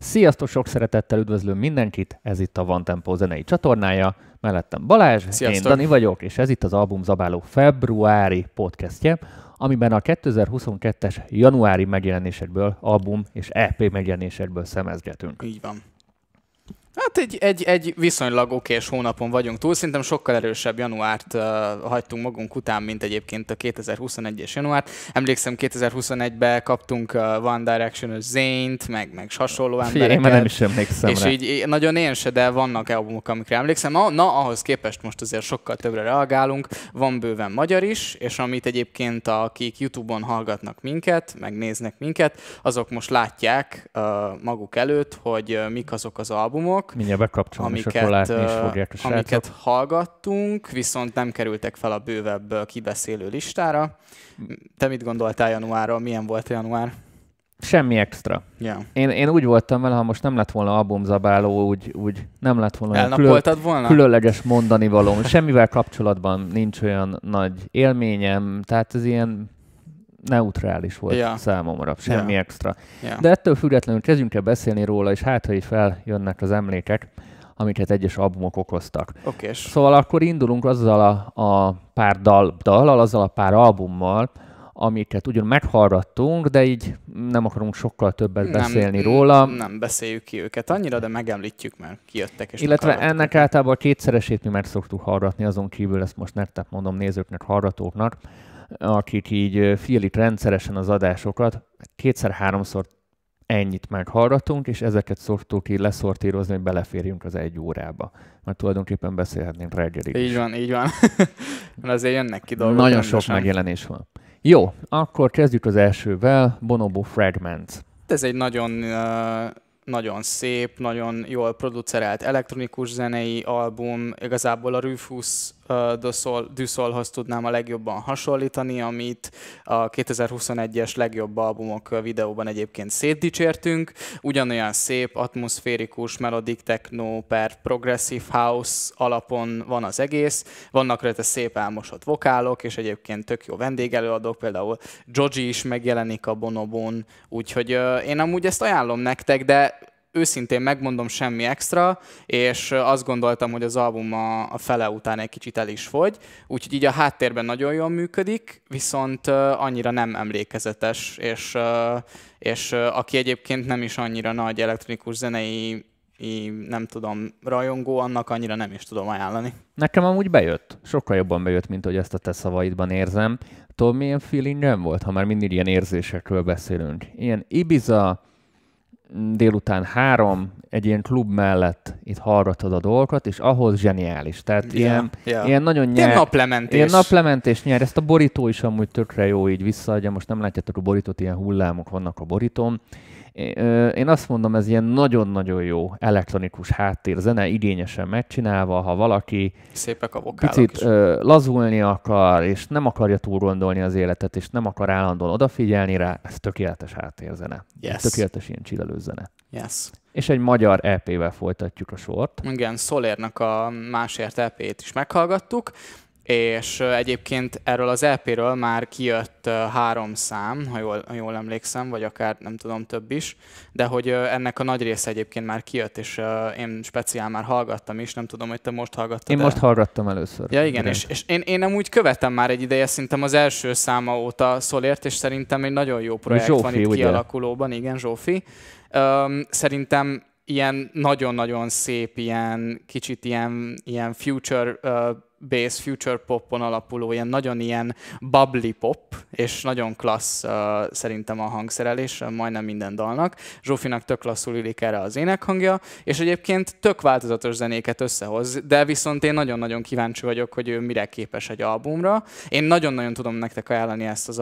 Sziasztok, sok szeretettel üdvözlöm mindenkit, ez itt a Van Tempo zenei csatornája, mellettem Balázs, Sziasztok. Én Dani vagyok, és ez itt az Albumzabáló februári podcastje, amiben a 2022-es januári megjelenésekből, album és EP megjelenésekből szemezgetünk. Így van. Hát egy viszonylag okés hónapon vagyunk túl, szerintem sokkal erősebb januárt hagytunk magunk után, mint egyébként a 2021-es januárt. Emlékszem, 2021-ben kaptunk One Direction-ös Zayn-t, meg hasonló embereket. Én már nem is emlékszem és rá. így nagyon én se, de vannak albumok, amikre emlékszem. Na, ahhoz képest most azért sokkal többre reagálunk. Van bőven magyar is, és amit egyébként akik YouTube-on hallgatnak minket, megnéznek minket, azok most látják maguk előtt, hogy mik azok az albumok, Mindjárt bekapcsolom, és akkor látni is fogják a srácok. amiket hallgattunk, viszont nem kerültek fel a bővebb kibeszélő listára. Te mit gondoltál januárról? Milyen volt a január? Semmi extra. Ja. Én úgy voltam vele, ha most nem lett volna albumzabáló, úgy nem lett volna olyan Elnapoltad volna? különleges mondani valóm. Semmivel kapcsolatban nincs olyan nagy élményem, tehát ez ilyen neutrális volt számomra, semmi extra. Ja. De ettől függetlenül kezdjünk el beszélni róla, és hát, ha így feljönnek az emlékek, amiket egyes albumok okoztak. Okés. Szóval akkor indulunk azzal a pár dallal, azzal a pár albummal, amiket ugyan meghallgattunk, de így nem akarunk sokkal többet beszélni róla. Nem beszéljük ki őket annyira, de megemlítjük, mert kijöttek és illetve ennek általában kétszeresét mi meg szoktuk hallgatni, azon kívül ezt most nektek mondom nézőknek, hallgatóknak, akik így figyelik rendszeresen az adásokat, kétszer-háromszor ennyit meghallgatunk, és ezeket szoktuk így leszortírozni, hogy beleférjünk az 1 órába. Mert tulajdonképpen beszélhetnénk reggelig is. Így van. Azért jönnek ki dolgok. Nagyon sok megjelenés van. Jó, akkor kezdjük az elsővel, Bonobo Fragments. Ez egy nagyon szép, nagyon jól producerált elektronikus zenei album. Igazából a Rufus du Solhoz tudnám a legjobban hasonlítani, amit a 2021-es legjobb albumok videóban egyébként szétdicsértünk. Ugyanolyan szép, atmoszférikus, melodic techno per progressive house alapon van az egész. Vannak rajta szép elmosott vokálok, és egyébként tök jó vendégelőadók, például Joji is megjelenik a Bonobon, úgyhogy én amúgy ezt ajánlom nektek, de őszintén megmondom, semmi extra, és azt gondoltam, hogy az album a fele után egy kicsit el is fogy, úgyhogy így a háttérben nagyon jól működik, viszont annyira nem emlékezetes, és aki egyébként nem is annyira nagy elektronikus zenei, nem tudom, rajongó, annak annyira nem is tudom ajánlani. Nekem amúgy bejött. Sokkal jobban bejött, mint hogy ezt a te szavaidban érzem. Tudod, milyen feelingem volt, ha már mindig ilyen érzésekről beszélünk? Ilyen Ibiza, délután 3, egy ilyen klub mellett itt hallgatod a dolgokat, és ahhoz zseniális. Tehát ilyen nagyon nyer. Ilyen naplementés. Ilyen naplementés nyer. Ezt a borító is amúgy tökre jó így visszaadja. Most nem látjátok a borítót, ilyen hullámok vannak a borítón. Én azt mondom, ez ilyen nagyon-nagyon jó elektronikus háttérzene, igényesen megcsinálva, ha valaki szépek a vokálok picit lazulni akar, és nem akarja túl gondolni az életet, és nem akar állandóan odafigyelni rá, ez tökéletes háttérzene. Yes. Tökéletes ilyen csillelőzene. Yes. És egy magyar EP-vel folytatjuk a sort. Igen, Solérnak a Másért EP-t is meghallgattuk, és egyébként erről az EP-ről már kijött 3 szám, ha jól emlékszem, vagy akár nem tudom több is, de hogy ennek a nagy része egyébként már kijött, és én speciál már hallgattam is, nem tudom, hogy te most hallgattad. Most hallgattam először. Ja igen, és én amúgy követem már egy ideje, szerintem az első száma óta Solért, és szerintem egy nagyon jó projekt Zsófi, van itt ugye? kialakulóban, igen, Zsófi. Szerintem ilyen nagyon-nagyon szép, ilyen kicsit ilyen future bass, future popon alapuló, nagyon ilyen bubbly pop, és nagyon klassz szerintem a hangszerelés, majdnem minden dalnak. Zsófinak tök klasszul illik erre az énekhangja, és egyébként tök változatos zenéket összehoz, de viszont én nagyon-nagyon kíváncsi vagyok, hogy ő mire képes egy albumra. Én nagyon-nagyon tudom nektek ajánlani ezt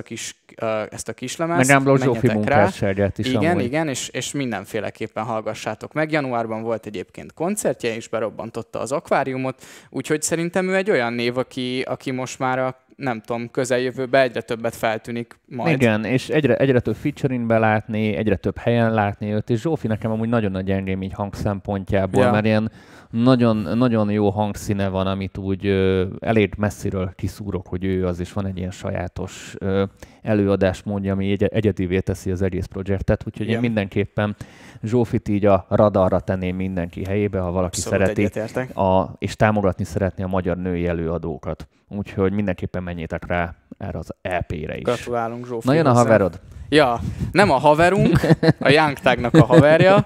a kislemezt. Meg Zsófi munkásságát is. Igen, és mindenféleképpen hallgassátok meg. Januárban volt egyébként koncertje, és berobbantotta az akváriumot, úgyhogy szerintem ő egy olyan név, aki most már nem tudom, közeljövőben egyre többet feltűnik majd. Igen, és egyre több featuringbe látni, egyre több helyen látni őt, és Zsófi nekem amúgy nagyon nagy gyengém így hang szempontjából, mert ilyen nagyon, nagyon jó hangszíne van, amit úgy elég messziről kiszúrok, hogy ő az, és van egy ilyen sajátos előadásmódja, ami egyedivé teszi az egész projektet, úgyhogy én mindenképpen Zsófit így a radarra tenném mindenki helyébe, ha valaki szereti, és támogatni szeretné a magyar női előadókat. Úgyhogy mindenképpen menjétek rá erre az EP-re is. Gratulálunk Zsófi. Na jön a haverod. Ja, nem a haverunk, a Young Thugnak a haverja.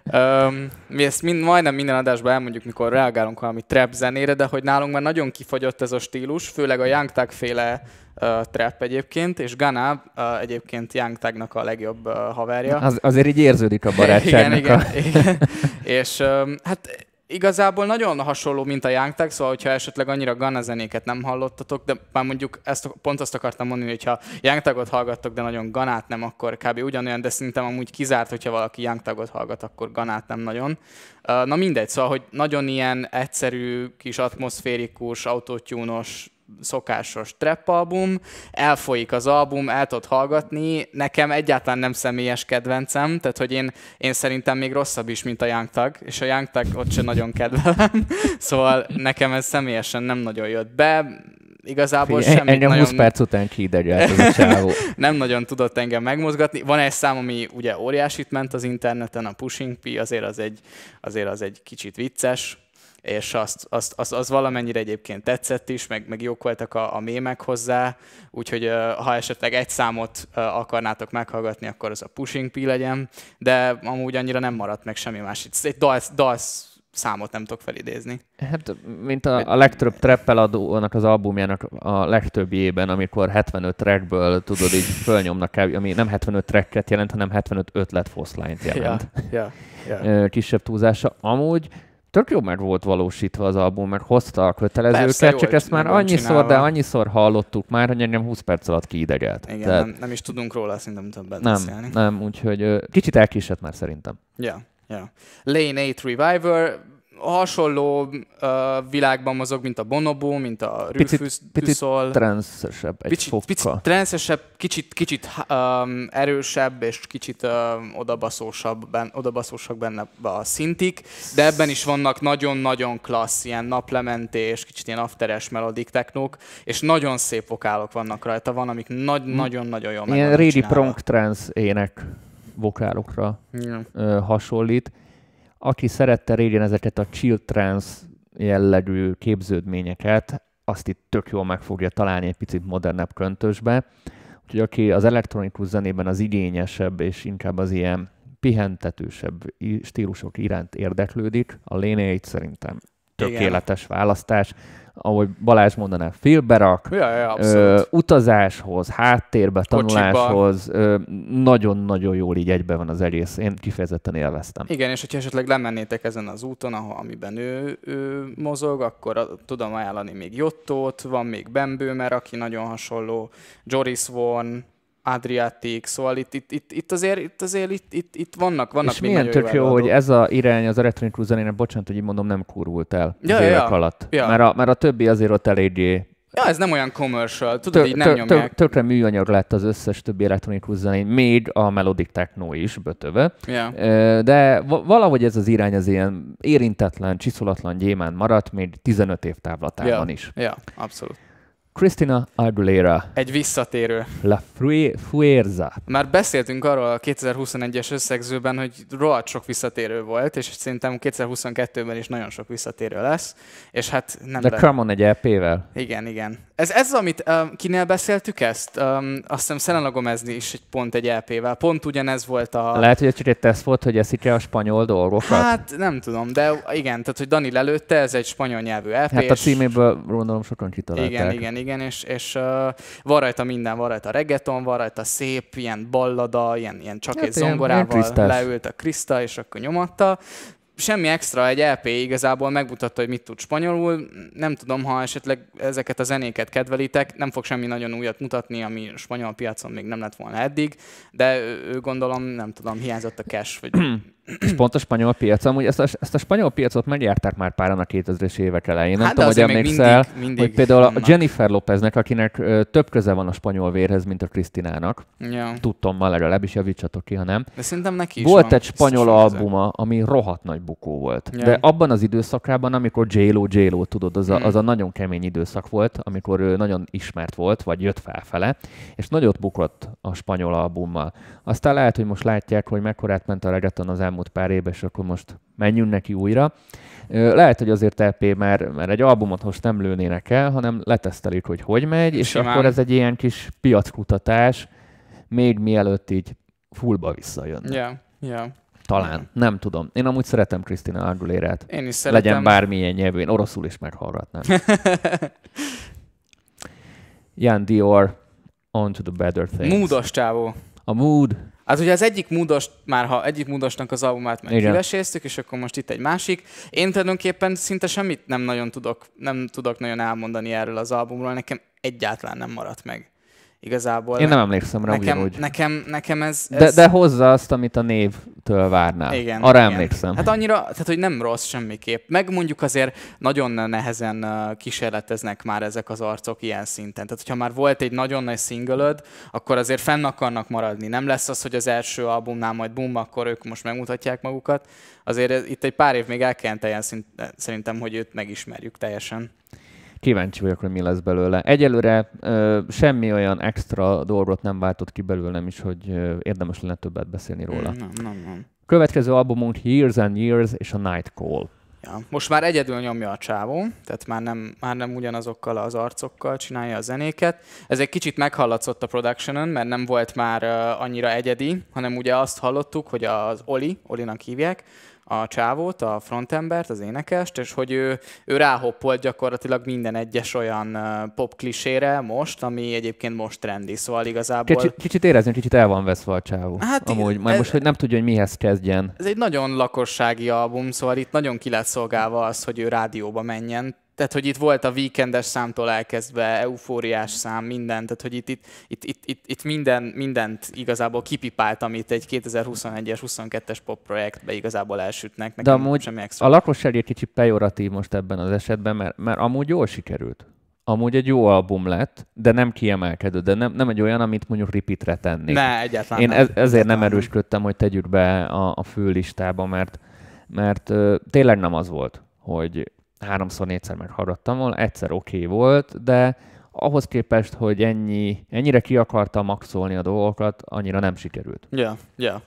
Mi ezt majdnem minden adásban elmondjuk, mikor reagálunk valami trap zenére, de hogy nálunk már nagyon kifagyott ez a stílus, főleg a Young Thug féle trap egyébként, és Gunna egyébként Young Thugnak a legjobb haverja. Azért így érződik a barátságnak. Igen. És hát igazából nagyon hasonló, mint a Young Thug, szóval hogyha esetleg annyira Gunna zenéket nem hallottatok, de már mondjuk pont azt akartam mondani, hogy ha Young Thugot hallgattok, de nagyon Gunnát nem, akkor kb. Ugyanolyan, de szerintem amúgy kizárt, hogyha valaki Young Thugot hallgat, akkor Gunnát nem nagyon. Na mindegy, szóval, hogy nagyon ilyen egyszerű, kis atmoszférikus, autotune-os, szokásos trap album, elfolyik az album, el tudod hallgatni, nekem egyáltalán nem személyes kedvencem, tehát hogy én szerintem még rosszabb is, mint a Young Thug, és a Young Thug ott sem nagyon kedvelem, szóval nekem ez személyesen nem nagyon jött be, igazából semmit engem nagyon... 20 perc után kiidegyelt ez a csávó. Nem nagyon tudott engem megmozgatni. Van egy szám, ami ugye óriásit ment az interneten, a Pushing P, azért az egy kicsit vicces, és az valamennyire egyébként tetszett is, meg jók voltak a mémek hozzá, úgyhogy ha esetleg egy számot akarnátok meghallgatni, akkor az a Pushing P legyen, de amúgy annyira nem maradt meg semmi más. Egy dalsz számot nem tudok felidézni. Hát, mint a legtöbb trap eladónak az albumjának a legtöbbjében, amikor 75 trackből tudod így fölnyomnak, ami nem 75 tracket jelent, hanem 75 ötletfoszlányt jelent. Kisebb túlzása. Amúgy tök jó meg volt valósítva az album, mert hozta a kötelezőket, csak ezt már annyiszor hallottuk már, hogy engem 20 perc alatt kiidegelt. Igen, tehát nem is tudunk róla szerintem többet beszélni. Nem, úgyhogy kicsit elkésett már szerintem. Ja. Lane 8 Reviver hasonló világban mozog, mint a Bonobo, mint a Rufus Duszol. Picit transzesebb egy fokkal. Picit transzesebb, kicsit erősebb, és kicsit odabaszósabb benne a szintik, de ebben is vannak nagyon-nagyon klassz, ilyen naplementés, kicsit ilyen afteres melodik technók, és nagyon szép vokálok vannak rajta, van, amik nagyon-nagyon jól meg ilyen régi prong trance ének vokálokra hasonlít. Aki szerette régen ezeket a chill trance jellegű képződményeket, azt itt tök jól meg fogja találni egy picit modernebb köntösbe. Úgyhogy aki az elektronikus zenében az igényesebb és inkább az ilyen pihentetősebb stílusok iránt érdeklődik, a Lane 8 szerintem tökéletes választás. Ahogy Balázs mondaná, félberak, utazáshoz, háttérbe, tanuláshoz, nagyon-nagyon jól így egybe van az egész. Én kifejezetten élveztem. Igen, és hogyha esetleg lemennétek ezen az úton, amiben ő mozog, akkor tudom ajánlani még Jottót, van még Ben Böhmer, aki nagyon hasonló, Joris Vorn, Adriatic, szóval itt azért vannak és milyen tök jó, hogy ez a irány az elektronikus zenének, bocsánat, hogy így mondom, nem kurvult el az évek alatt. Mert a többi azért ott eléggé... Ja, ez nem olyan commercial, tudod, így nem nyomják. Tökre műanyag lett az összes többi elektronikus zenén, még a melodic techno is bötöve. De valahogy ez az irány az ilyen érintetlen, csiszolatlan gyémánt maradt, még 15 év távlatában is. Ja, abszolút. Christina Aguilera. Egy visszatérő. La Fuerza. Már beszéltünk arról a 2021-es összegzőben, hogy rohadt sok visszatérő volt, és szerintem 2022-ben is nagyon sok visszatérő lesz. És hát nem de Come On egy EP-vel. Igen. Ez amit kinél beszéltük ezt? Azt hiszem Selena Gomez is pont egy EP-vel. Pont ugyanez volt a... Lehet, hogy ez csak egy teszt volt, hogy eszik-e a spanyol dolgokat? Hát nem tudom, de igen, tehát hogy Dani lelőtte, ez egy spanyol nyelvű EP. Hát a címéből gondolom sokan kitalálták. Igen, és van rajta minden, van rajta reggaeton, van rajta szép, ilyen ballada, ilyen csak egy zongorával leült a Krista, és akkor nyomatta. Semmi extra, egy LP igazából megmutatta, hogy mit tud spanyolul. Nem tudom, ha esetleg ezeket a zenéket kedvelitek, nem fog semmi nagyon újat mutatni, ami spanyol piacon még nem lett volna eddig, de ő gondolom, nem tudom, hiányzott a cash, vagy És pont a spanyol piac, amúgy ezt a spanyol piacot megjárták már páran a 2000-es évek elején. Nem Hát, tudom, hogy emlékszel, mindig hogy például vannak. a Jennifer Lopeznek, akinek több köze van a spanyol vérhez, mint a Krisztinának. Ja. Tudtommal, legalábbis javítsatok ki, ha nem. De szerintem neki is Volt van egy spanyol biztos albuma, ami rohadt nagy bukó volt. Ja. De abban az időszakában, amikor J-Lo, tudod, az a nagyon kemény időszak volt, amikor ő nagyon ismert volt, vagy jött felfele, és nagyot bukott a spanyol albummal. Aztán lehet, hogy most látják, hogy mekkorát ment a reggaeton az elmúlt pár évben, és akkor most menjünk neki újra. Lehet, hogy azért LP, mert egy albumot most nem lőnének el, hanem letesztelik, hogy megy, és Simán. akkor ez egy ilyen kis piackutatás, még mielőtt így fullba visszajönne. Ja. Talán, nem tudom. Én amúgy szeretem Christina Aguilérát. Én is szeretem. Legyen bármilyen nyelvén, oroszul is meghallgatnám. Jan Dior, On to the Better Things. Moodos csávó. A Mood. Hát ugye az egyik Moodos, ha egyik Moodosnak az albumát meg kiveséztük, és akkor most itt egy másik. Én tulajdonképpen szinte semmit nem tudok nagyon elmondani erről az albumról, nekem egyáltalán nem maradt meg. Igazából. Én nem emlékszem rá ugyanúgy. Nekem ez... De hozza azt, amit a névtől várnál. Igen, arra igen. emlékszem. Hát annyira, tehát hogy nem rossz semmiképp. Meg mondjuk azért nagyon nehezen kísérleteznek már ezek az arcok ilyen szinten. Tehát hogyha már volt egy nagyon nagy singlöd, akkor azért fenn akarnak maradni. Nem lesz az, hogy az első albumnál majd bum, akkor ők most megmutatják magukat. Azért itt egy pár év még el kellene szerintem, hogy őt megismerjük teljesen. Kíváncsi vagyok, hogy mi lesz belőle. Egyelőre semmi olyan extra dolgot nem váltott ki belőlem is, hogy érdemes lenne többet beszélni róla. Nem. Következő albumunk Years and Years és a Night Call. Ja, most már egyedül nyomja a csávó, tehát már nem ugyanazokkal az arcokkal csinálja a zenéket. Ez egy kicsit meghallatszott a productionon, mert nem volt már annyira egyedi, hanem ugye azt hallottuk, hogy az Olinak hívják, a csávót, a frontembert, az énekest, és hogy ő ráhoppolt gyakorlatilag minden egyes olyan pop klisére most, ami egyébként most trendi, szóval igazából... Kicsit érezni, kicsit el van veszve a csávó. Hát amúgy, majd most, hogy nem tudja, hogy mihez kezdjen. Ez egy nagyon lakossági album, szóval itt nagyon ki lett szolgálva az, hogy ő rádióba menjen. Tehát, hogy itt volt a Weekendes számtól elkezdve, eufóriás szám, minden, tehát, hogy itt mindent igazából kipipált, amit egy 2021-es, 22-es pop projektbe igazából elsütnek. De amúgy a lakosság egy kicsit pejoratív most ebben az esetben, mert amúgy jól sikerült. Amúgy egy jó album lett, de nem kiemelkedő, de nem egy olyan, amit mondjuk repeatre tennék. Ne, egyáltalán Én nem. ezért nem erősködtem, hogy tegyük be a fő listába, mert tényleg nem az volt, hogy 3-4-szer meghallgattam volna, egyszer oké volt, de ahhoz képest, hogy ennyire ki akarta maxolni a dolgokat, annyira nem sikerült. Ja.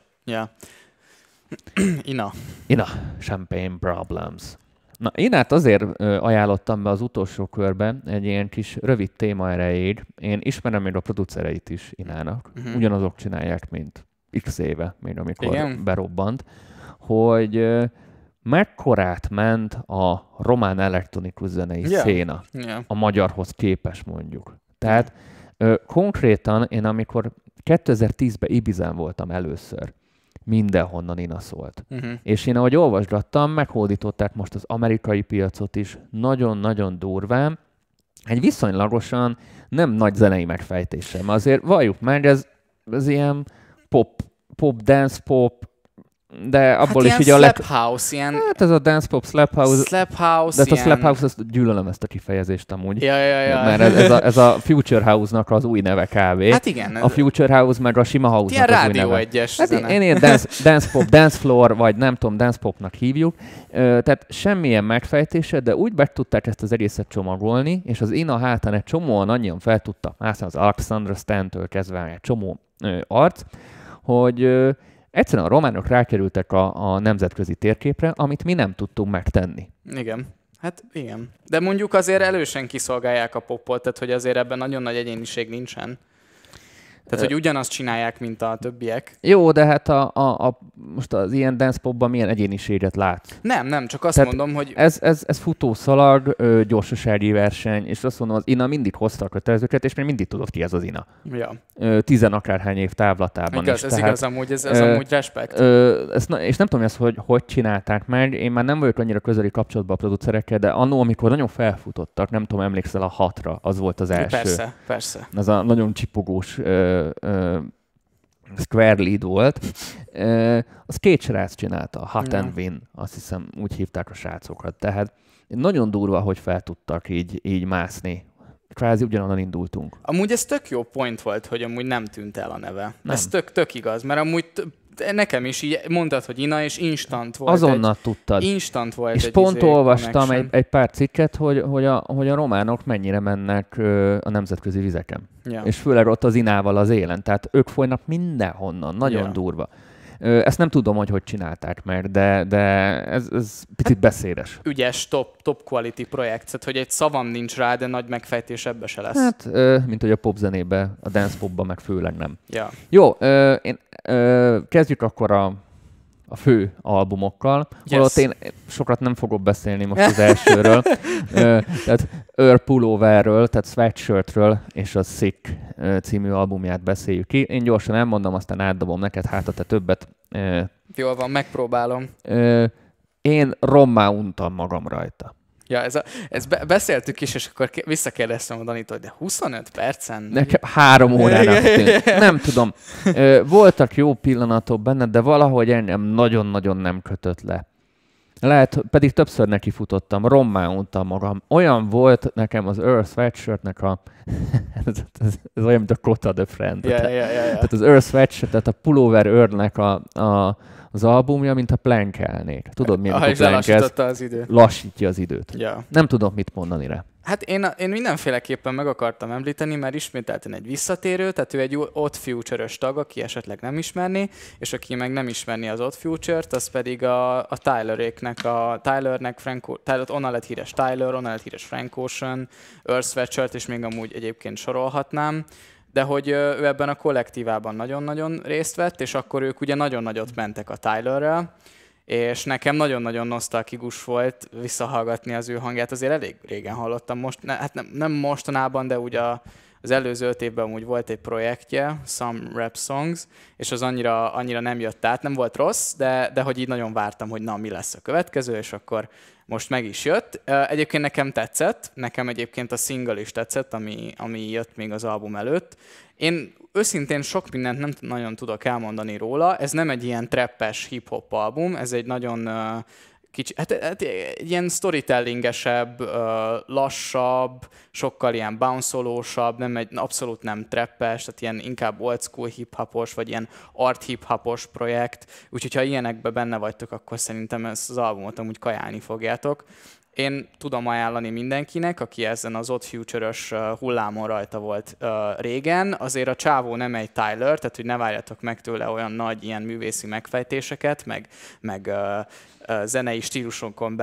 Ina, Champagne Problems. Na, Inát azért ajánlottam be az utolsó körbe egy ilyen kis rövid téma erejéig. Én ismerem még a producereit is Inának. Ugyanazok csinálják, mint x éve, még amikor berobbant, hogy mekkorát ment a román elektronikus zenei széna a magyarhoz képes mondjuk. Tehát konkrétan én amikor 2010-ben Ibizán voltam először, mindenhonnan Ina szólt. És én ahogy olvasgattam, meghódították most az amerikai piacot is nagyon-nagyon durván, egy viszonylagosan nem nagy zenei megfejtéssel, mert azért valljuk meg, ez ilyen pop, dance pop, de abból is így a slap house, ilyen... Hát ez a dance pop, slap house. Slap house, de a slap house, ezt gyűlölöm ezt a kifejezést amúgy. Ja. Mert ez a Future House-nak az új neve kb. Hát igen. A Future House meg a sima House-nak az új neve. Rádió egyes hát zene. Én ilyen dance pop, dance floor, vagy nem tudom, dance popnak hívjuk. Tehát semmilyen megfejtése, de úgy be tudták ezt az egészet csomagolni, és az Ina hátán egy csomóan annyian fel tudta, az Alexandra Stan-től kezdve egy csomó arc, hogy egyszerűen a románok rákerültek a nemzetközi térképre, amit mi nem tudtunk megtenni. Igen. Hát igen. De mondjuk azért elősen kiszolgálják a popot, tehát hogy azért ebben nagyon nagy egyéniség nincsen. Tehát, hogy ugyanazt csinálják, mint a többiek. Jó, de hát most az ilyen dance popban milyen egyéniséget látsz? Nem, csak azt mondom, hogy... Ez futószalag, gyorsasági verseny, és azt mondom, az Ina mindig hozta a kötelezőket, és még mindig tudod ki ez az Ina. Ja. 10 akárhány év távlatában. Igaz, ez igaz amúgy, ez amúgy respekt. És nem tudom, hogy csinálták meg, én már nem vagyok annyira közeli kapcsolatban a producerekkel, de annó, amikor nagyon felfutottak, nem tudom, emlékszel a 6-ra, az volt az első. Persze. Ez a nagyon csipogós Square Lead volt. Az két srác csinálta, a Hot and Win, azt hiszem úgy hívták a srácokat. Tehát nagyon durva, hogy fel tudtak így mászni. Kvázi ugyanonnan indultunk. Amúgy ez tök jó point volt, hogy amúgy nem tűnt el a neve. Nem. Ez tök igaz, mert amúgy nekem is így mondtad, hogy Ina, és instant volt. Azonnal tudtad. Instant volt és egy pont olvastam connection. egy pár cikket, hogy a románok mennyire mennek a nemzetközi vizeken. Ja. És főleg ott az Inával az élen. Tehát ők folynak mindenhonnan. Nagyon durva. Ezt nem tudom, hogy csinálták meg, de ez picit beszédes. Ügyes, top quality projekt, tehát hogy egy szavam nincs rá, de nagy megfejtés ebbe se lesz. Hát, mint hogy a popzenébe, a dance popba meg főleg nem. Ja. Jó, kezdjük akkor a fő albumokkal. Yes. Holott én sokat nem fogok beszélni most az elsőről. Tehát Earl Pulloverről, tehát Sweatshirtről és a Sick című albumját beszéljük ki. Én gyorsan elmondom, aztán átdobom neked, hát ha te többet. Jól van, megpróbálom. Én rommá untam magam rajta. Ja, beszéltük is, és akkor visszakérdeztem a Danitól, hogy de 25 percen? Nekem 3 órának tűnt. Nem tudom. Voltak jó pillanatok benne, de valahogy engem nagyon-nagyon nem kötött le. Lehet, pedig többször nekifutottam, rommá untam magam. Olyan volt nekem az Earl Sweatshirtnek ez olyan, mint a Kota the Friend. Tehát az Earl Sweatshirt, tehát a Pullover Earlnek az albumja, mint a plankelnék. Tudod, milyen a plank az idő. Lassítja az időt. Ja. Nem tudom, mit mondani rá. Hát én mindenféleképpen meg akartam említeni, mert ismételten egy visszatérő, tehát ő egy Odd Future-ös tag, aki esetleg nem ismerné, és aki meg nem ismerni az Odd Future-t, az pedig a Tyleréknek, Tylernek, Tyler, onnan lett híres Tyler, onnan lett híres Frank Ocean, Earl Sweatshirt, és még amúgy egyébként sorolhatnám. De hogy ő ebben a kollektívában nagyon-nagyon részt vett, és akkor ők ugye nagyon nagyot mentek a Tylerrel, és nekem nagyon-nagyon nosztalgikus volt visszahallgatni az ő hangját, azért elég régen hallottam most, nem mostanában, de ugye az előző 5 évben amúgy volt egy projektje, Some Rap Songs, és az annyira nem jött át, nem volt rossz, de hogy így nagyon vártam, hogy na, mi lesz a következő, és akkor most meg is jött. Egyébként nekem tetszett, nekem egyébként a single is tetszett, ami jött még az album előtt. Én őszintén sok mindent nem nagyon tudok elmondani róla, ez nem egy ilyen trappes hip-hop album, ez egy nagyon kicsi, hát ilyen storytellingesebb, lassabb, sokkal ilyen bounce-olósabb, abszolút nem trappes, tehát ilyen inkább old school hip-hopos, vagy ilyen art hip-hopos projekt, úgyhogy ha ilyenekbe benne vagytok, akkor szerintem ezt az albumot amúgy kajálni fogjátok. Én tudom ajánlani mindenkinek, aki ezen az Odd Future-ös hullámon rajta volt régen. Azért a csávó nem egy Tyler, tehát hogy ne várjatok meg tőle olyan nagy ilyen művészi megfejtéseket, meg zenei stílusokon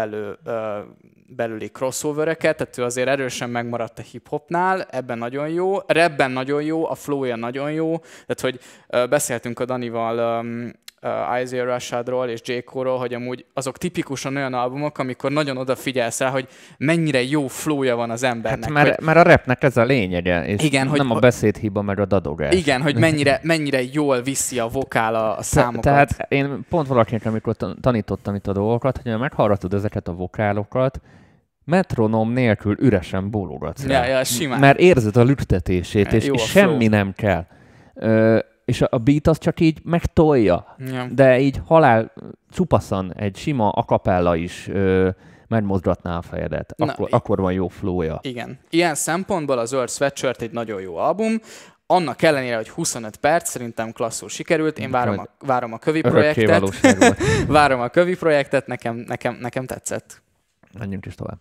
belüli crossovereket, tehát ő azért erősen megmaradt a hip-hopnál, ebben nagyon jó, rapben nagyon jó, a flowja nagyon jó, tehát hogy beszéltünk a Danival Isaiah Rashadról és J. Cole-ról, hogy amúgy azok tipikusan olyan albumok, amikor nagyon odafigyelsz rá, hogy mennyire jó flowja van az embernek. Hát mert a rapnek ez a lényege, és igen, nem a beszédhiba, meg a dadogás. Igen, hogy mennyire jól viszi a vokál a számokat. Tehát én pont valakinek, amikor tanítottam itt a dolgokat, hogy meghallgatod ezeket a vokálokat, metronom nélkül üresen bólogatsz rá. Ja, simán. Mert érzed a lüktetését, és semmi nem kell. És a beat az csak így megtolja, de így halál csupaszan egy sima acapella is megmozgatná a fejedet. Akkor van jó flowja. Igen. Ilyen szempontból az Earl Sweatshirt egy nagyon jó album. Annak ellenére, hogy 25 perc, szerintem klasszul sikerült. Én várom a kövi projektet. Várom a kövi projektet, nekem tetszett. Menjünk is tovább.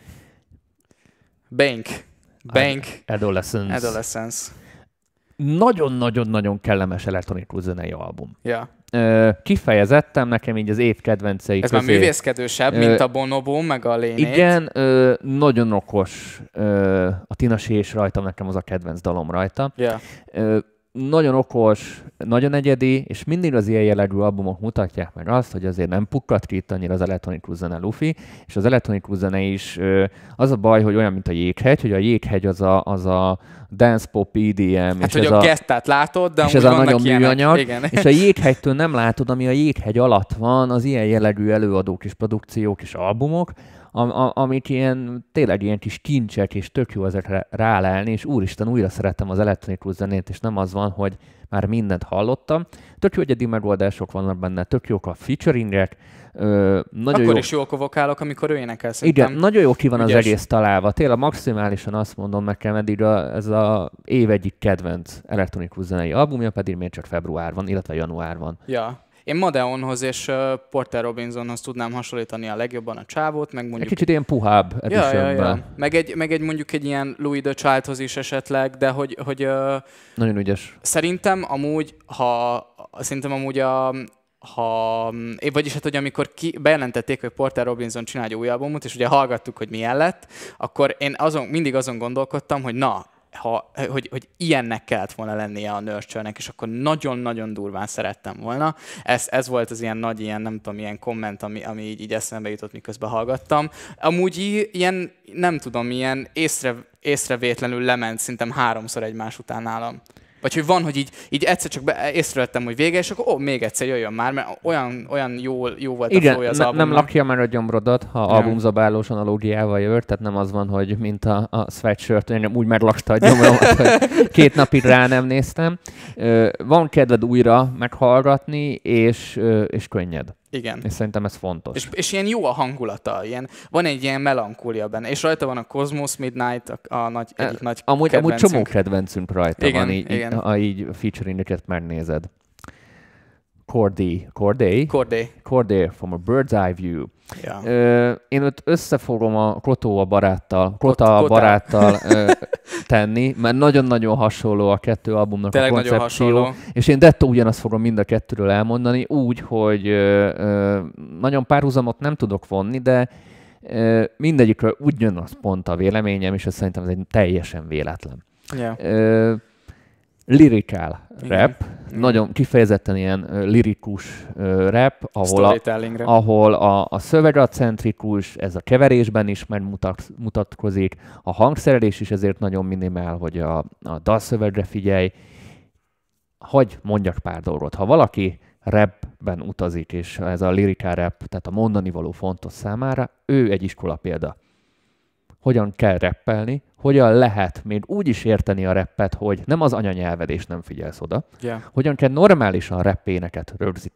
Bank. Adolescence. Nagyon-nagyon-nagyon kellemes elektronikus zenei album. Ja. Kifejezettem nekem így az év kedvencei közé. Ez már művészkedősebb, mint a Bonobo, meg a Lénét. Igen, nagyon okos. A Tina és rajtam, nekem az a kedvenc dalom rajta. Ja. Nagyon okos, nagyon egyedi, és mindig az ilyen jellegű albumok mutatják meg azt, hogy azért nem pukkat ki itt annyira az elektronikus zene lufi, és az elektronikus zene is az a baj, hogy olyan, mint a jéghegy, hogy a jéghegy az a dance pop, EDM. Hát, és hogy ez a gettát látod, de és ez a nagyon műanyag, igen. És a jéghegytől nem látod, ami a jéghegy alatt van, az ilyen jellegű előadók és produkciók és albumok, amit ilyen, tényleg ilyen kis kincsek, és tök jó ezekre rálelni, és úristen, újra szerettem az elektronikus zenét, és nem az van, hogy már mindent hallottam. Tök jó egyedi megoldások vannak benne, tök jók a featuringek, nagyon akkor jó... is jók a vokálok, amikor ő énekel, szerintem. Igen, nagyon jó ki van ügyes. Az egész találva. Tényleg maximálisan azt mondom nekem, eddig ez az év egyik kedvenc elektronikus zenei albumja, pedig még csak február van, illetve január van. Ja. Én Madeonhoz és Porter Robinsonhoz tudnám hasonlítani a legjobban a csávót, meg mondjuk... Egy kicsit ilyen puhább editionben. Ja. Meg egy mondjuk egy ilyen Louis the Childhoz is esetleg, de hogy nagyon ügyes. Szerintem amúgy, vagyis hát, hogy amikor bejelentették, hogy Porter Robinson csinál egy új albumot, és ugye hallgattuk, hogy milyen lett, akkor én mindig azon gondolkodtam, hogy hogy ilyennek kellett volna lennie a Nurture-nek, és akkor nagyon-nagyon durván szerettem volna. Ez volt az ilyen nagy, ilyen, nem tudom, ilyen komment, ami így eszembe jutott, miközben hallgattam. Amúgy ilyen, nem tudom, ilyen észrevétlenül lement szintem 3-szor egymás után nálam. Vagy hogy van, hogy így egyszer csak észrevettem, hogy vége, és akkor még egyszer jöjjön már, mert olyan jó volt a flow az albumnak. Nem lakja már a gyomrodat, ha albumzabálós analógiával jövő, tehát nem az van, hogy mint a sweatshirt, én úgy meglakta a gyomromat, hogy 2 napig rá nem néztem. Van kedved újra meghallgatni, és könnyed. Igen. És szerintem ez fontos. És ilyen jó a hangulata, van egy ilyen melankólia benne, és rajta van a Cosmos Midnight, egyik nagy amúgy kedvencünk. Csomó kedvencünk rajta van, így featuringeket megnézed. Corday from a Bird's Eye View. Ja. Én ott összefogom a Klota baráttal tenni, mert nagyon-nagyon hasonló a 2 albumnak tényleg a koncepció. És én dettó ugyanazt fogom mind a 2-ről elmondani, úgy, hogy nagyon párhuzamot nem tudok vonni, de mindegyikről ugyanaz pont a véleményem, és ez szerintem ez egy teljesen véletlen. Yeah. Lyrical rap, nagyon kifejezetten ilyen lirikus rap, ahol a szövegcentrikus, ez a keverésben is megmutatkozik, a hangszerelés is ezért nagyon minimál, hogy a dalszövegre figyelj. Hogy mondjak pár dolgot. Ha valaki rapben utazik, és ez a lyrical rap, tehát a mondani való fontos számára, ő egy iskola példa. Hogyan kell rappelni, hogyan lehet még úgy is érteni a rappet, hogy nem az anyanyelved és nem figyelsz oda. Yeah. Hogyan kell normálisan rap-éneket,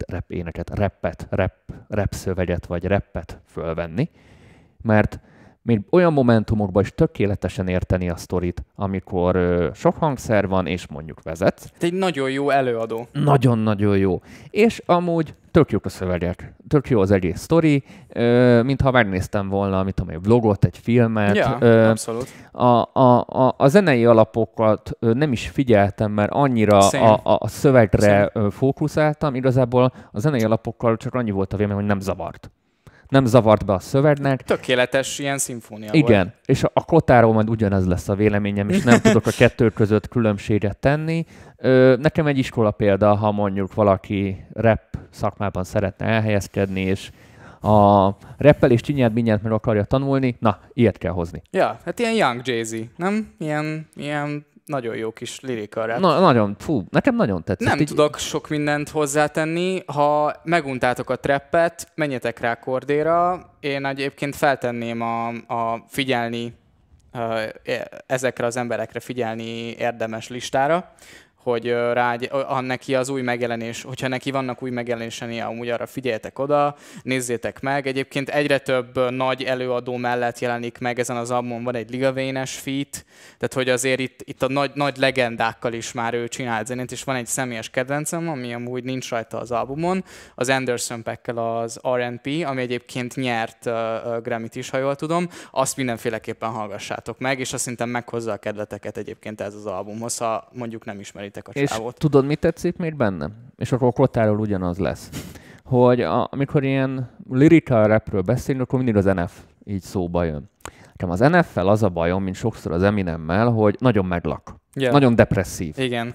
rap szöveget vagy rappet fölvenni, mert még olyan momentumokban is tökéletesen érteni a sztorit, amikor sok hangszer van, és mondjuk vezetsz. Egy nagyon jó előadó. Nagyon-nagyon jó. És amúgy tök jók a szövegek, tök jó az egész sztori, mintha megnéztem volna, egy vlogot, egy filmet. Ja, abszolút. A zenei alapokat nem is figyeltem, mert annyira a szövegre fókuszáltam. Igazából a zenei alapokkal csak annyi volt a vélemény, hogy nem zavart. Nem zavart be a szövegnek. Tökéletes ilyen szimfónia igen, volt. És a Klotáról majd ugyanez lesz a véleményem, és nem tudok a 2 között különbséget tenni. Nekem egy iskola példa, ha mondjuk valaki rap szakmában szeretne elhelyezkedni, és a rappelést mindjárt meg akarja tanulni, na, ilyet kell hozni. Ja, hát ilyen Young Jay-Z, nem? Ilyen nagyon jó kis lyrical rap. Nagyon, nekem nagyon tetszik. Nem tudok sok mindent hozzátenni. Ha meguntátok a trappet, menjetek rá Cordayra. Én egyébként feltenném a figyelni, ezekre az emberekre figyelni érdemes listára, hogy neki az új megjelenés, hogyha neki vannak új megjelenései, amúgy arra figyeljetek oda, nézzétek meg. Egyébként egyre több nagy előadó mellett jelenik meg ezen az albumon, van egy Lil Wayne-es feat, tehát hogy azért itt a nagy legendákkal is már ő csinált zenét, és van egy személyes kedvencem, ami amúgy nincs rajta az albumon, az Anderson .Paak-kel az R&P, ami egyébként nyert Grammy-t is, ha jól tudom, azt mindenféleképpen hallgassátok meg, és azt szerintem meghozza a kedveteket egyébként ez az albumhoz, ha mondjuk nem ismeritek a csávót. És tudod, mit tetszik még benne? És akkor Klotáról ugyanaz lesz. Hogy amikor ilyen lyrical rapről beszélünk, akkor mindig az NF így szóba jön. Nekem az NF-fel az a bajom, mint sokszor az Eminemmel, hogy nagyon meglak. Yeah. Nagyon depresszív. Igen.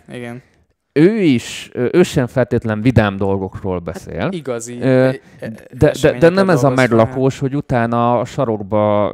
Ő sem feltétlen vidám dolgokról beszél. Hát igazi. De nem ez a meglakós, hogy utána a sarokba,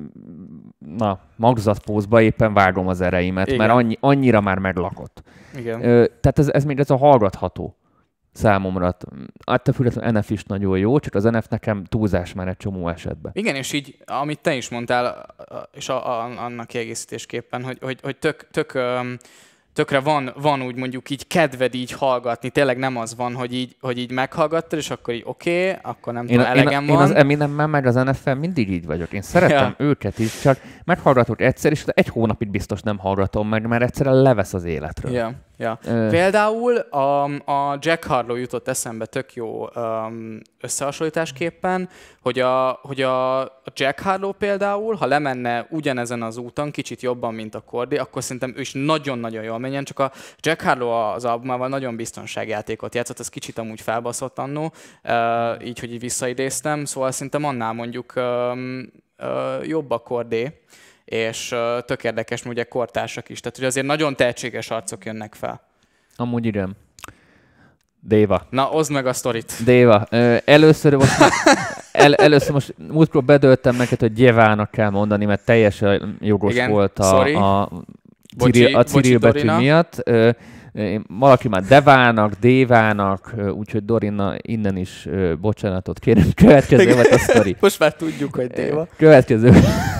magzatpózba éppen vágom az ereimet, igen. Mert annyira már meglakott. Igen. Tehát ez még ez a hallgatható. számomra. Attól függetlenül NF is nagyon jó, csak az NF nekem túlzás már egy csomó esetben. Igen, és így, amit te is mondtál, és annak kiegészítésképpen, hogy tökre van úgy mondjuk így kedved így hallgatni, tényleg nem az van, hogy így meghallgattad, és akkor így oké, akkor nem tudom, elegem van. Én az Eminemmel meg az NF-fel mindig így vagyok. Én szeretem őket is, csak meghallgatok egyszer, és egy hónapig biztos nem hallgatom meg, mert egyszerűen levesz az életről. Ja. Például a Jack Harlow jutott eszembe tök jó összehasonlításképpen, hogy a Jack Harlow például, ha lemenne ugyanezen az úton, kicsit jobban, mint a Cordy, akkor szerintem ő is nagyon-nagyon jól menjen, csak a Jack Harlow az albumával nagyon biztonságjátékot játszott, ez kicsit amúgy felbaszott annó, így, hogy így visszaidéztem, szóval szerintem annál mondjuk jobb a Cordy, és tök érdekes, mert ugye kortársak is, tehát hogy azért nagyon tehetséges arcok jönnek fel. Amúgy igen. Déva. Na, oszd meg a sztorit. Déva. Először most múltkor bedöltem neked, hogy Gyevának kell mondani, mert teljesen jogos volt a Cyril betű miatt. Valaki már Devának, Dévának, úgyhogy Dorina innen is bocsánatot kérem. Következő volt a sztori. Most már tudjuk, hogy Déva. Következő.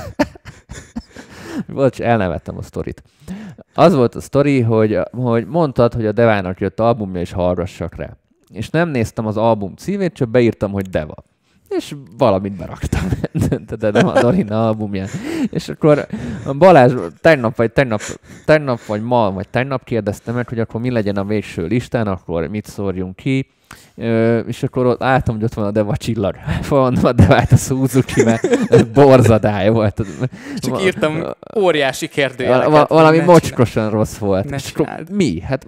Bocs, elnevettem a sztorit. Az volt a sztori, hogy mondtad, hogy a Devának jött albumja, és hallgassak rá. És nem néztem az album címét, csak beírtam, hogy Deva. És valamit beraktam, de nem a Dorina albumján. És akkor Balázs tegnap vagy tegnap kérdezte meg, hogy akkor mi legyen a végső listán, akkor mit szórjunk ki. És akkor ott álltam, hogy ott van a Deva csillag. Mondom, a Devát a Suzuki, mert borzadály volt. Csak írtam óriási kérdőjeleket. Valami mocskosan rossz volt. És akkor mi? Hát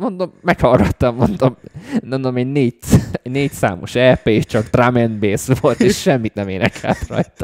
mondom, egy 4 számos EP, és csak drum and bass volt, és semmit nem énekelt rajta.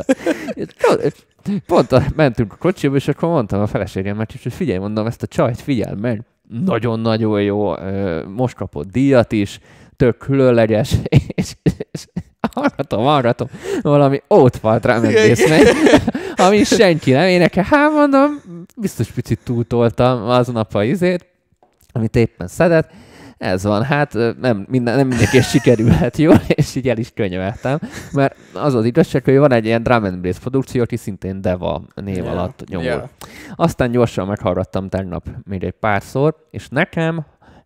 Pont mentünk a kocsiba, és akkor mondtam a feleségemnek, hogy figyelj, mondom, ezt a csajt figyelj, mert nagyon-nagyon jó, most kapott díjat is, tök különleges, és hallgatom, valami ótvar drum and bass megy, ami senki nem énekel. Hát mondom, biztos picit túltoltam aznap a izét, amit éppen szedett. Ez van, hát nem mindenki sikerülhet jól, és így el is könyveltem, mert az igazság, hogy van egy ilyen drum and bass produkció, aki szintén Deva név alatt nyomul. Aztán gyorsan meghallgattam tegnap még egy párszor, és nekem,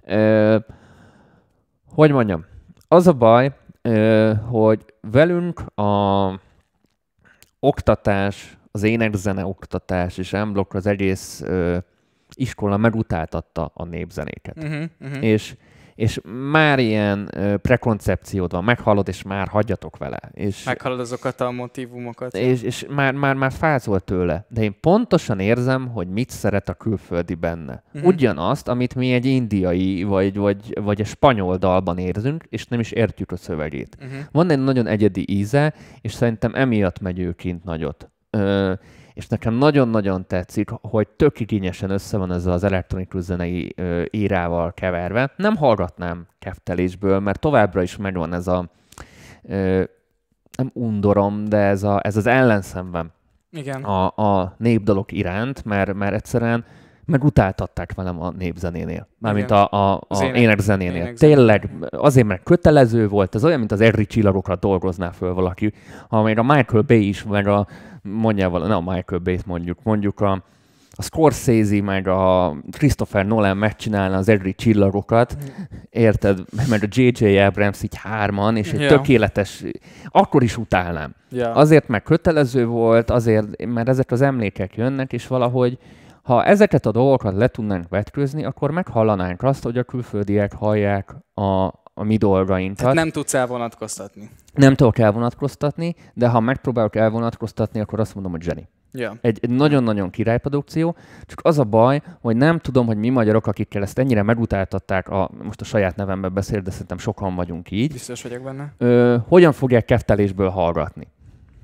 hogy mondjam, az a baj, hogy velünk a oktatás, az énekzene oktatás és M-block az egész iskola megutáltatta a népzenéket. És már ilyen prekoncepciód van, meghallod, és már hagyjatok vele. És meghallod azokat a motívumokat. És már fázol tőle. De én pontosan érzem, hogy mit szeret a külföldi benne. Ugyanazt, amit mi egy indiai vagy egy spanyol dalban érzünk, és nem is értjük a szövegét. Van egy nagyon egyedi íze, és szerintem emiatt megy ő kint nagyot. És nekem nagyon-nagyon tetszik, hogy tök igényesen össze van ezzel az elektronikus zenei írával keverve. Nem hallgatnám keftelésből, mert továbbra is megvan ez a nem undorom, de ez az ellenszemben a népdalok iránt, mert egyszerűen megutáltatták velem a népzenénél. Mármint az énekzenénél. Tényleg, azért, mert kötelező volt, ez olyan, mint az Erri csillagokra dolgozná föl valaki. Ha még a Michael Bay is, meg mondjál valami, nem a Michael Bay-t mondjuk a Scorsese, meg a Christopher Nolan megcsinálna az Erri csillagokat, érted? Meg a J.J. Abrams így hárman, és egy tökéletes, akkor is utálnám. Azért, mert kötelező volt, azért, mert ezek az emlékek jönnek, és valahogy ha ezeket a dolgokat le tudnánk vetkőzni, akkor meghallanánk azt, hogy a külföldiek hallják a mi dolgainkat. Tehát nem tudsz elvonatkoztatni. Nem tudok elvonatkoztatni, de ha megpróbálok elvonatkoztatni, akkor azt mondom, hogy zseni. Egy nagyon-nagyon királyprodukció, csak az a baj, hogy nem tudom, hogy mi magyarok, akikkel ezt ennyire megutáltatták, most a saját nevemben beszél, de szerintem sokan vagyunk így. Biztos vagyok benne. Hogyan fogják keftelésből hallgatni?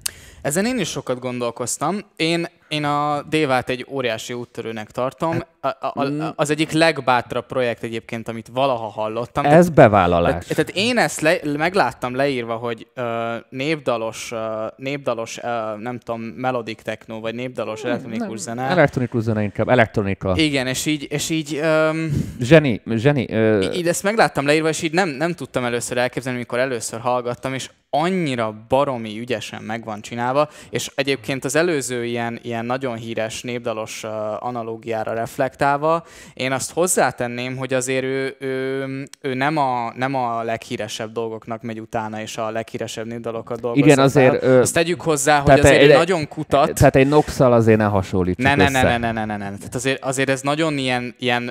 Ezen én is sokat gondolkoztam. Én a Dévát egy óriási úttörőnek tartom. Az egyik legbátrabb projekt egyébként, amit valaha hallottam. Ez bevállalás. Tehát én ezt megláttam leírva, hogy népdalos, nem tudom, melodic techno, vagy népdalos elektronikus zene. Elektronikus zene inkább, elektronika. Igen, és így Zseni. Így ezt megláttam leírva, és így nem tudtam először elképzelni, amikor először hallgattam, és annyira baromi ügyesen meg van csinálva, és egyébként az előző ilyen nagyon híres népdalos analógiára reflektálva, én azt hozzátenném, hogy azért ő nem a leghíresebb dolgoknak megy utána, és a leghíresebb népdalokat dolgozza. Igen, azért... Azt tegyük hozzá, hogy azért nagyon kutat. Tehát egy Nox-szal azért ne hasonlítsuk össze. Ne. Tehát azért ez nagyon ilyen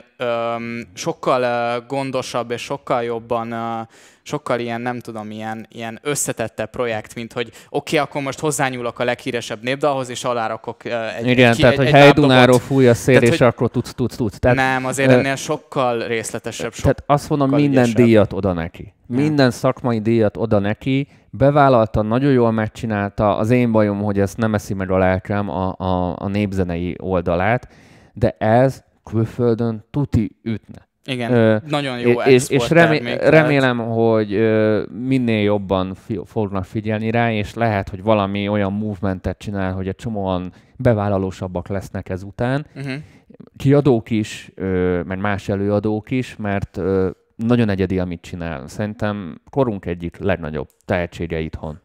sokkal gondosabb, és sokkal jobban sokkal ilyen, nem tudom, ilyen összetettebb projekt, mint hogy oké, akkor most hozzányúlok a leghíresebb népdalhoz, és alárakok hogy Hely-Dunáról fúj a szél, és akkor tudsz. Tehát, nem, azért ennél sokkal részletesebb. Tehát azt mondom, minden díjat oda neki. Minden szakmai díjat oda neki. Bevállalta, nagyon jól megcsinálta. Az én bajom, hogy ezt nem eszi meg a lelkem a népzenei oldalát, de ez külföldön tuti ütne. Igen, nagyon jó export termék. Remélem, hogy minél jobban fognak figyelni rá, és lehet, hogy valami olyan movementet csinál, hogy egy csomóan bevállalósabbak lesznek ezután. Kiadók is, meg más előadók is, mert nagyon egyedi, amit csinál. Szerintem korunk egyik legnagyobb tehetsége itthon.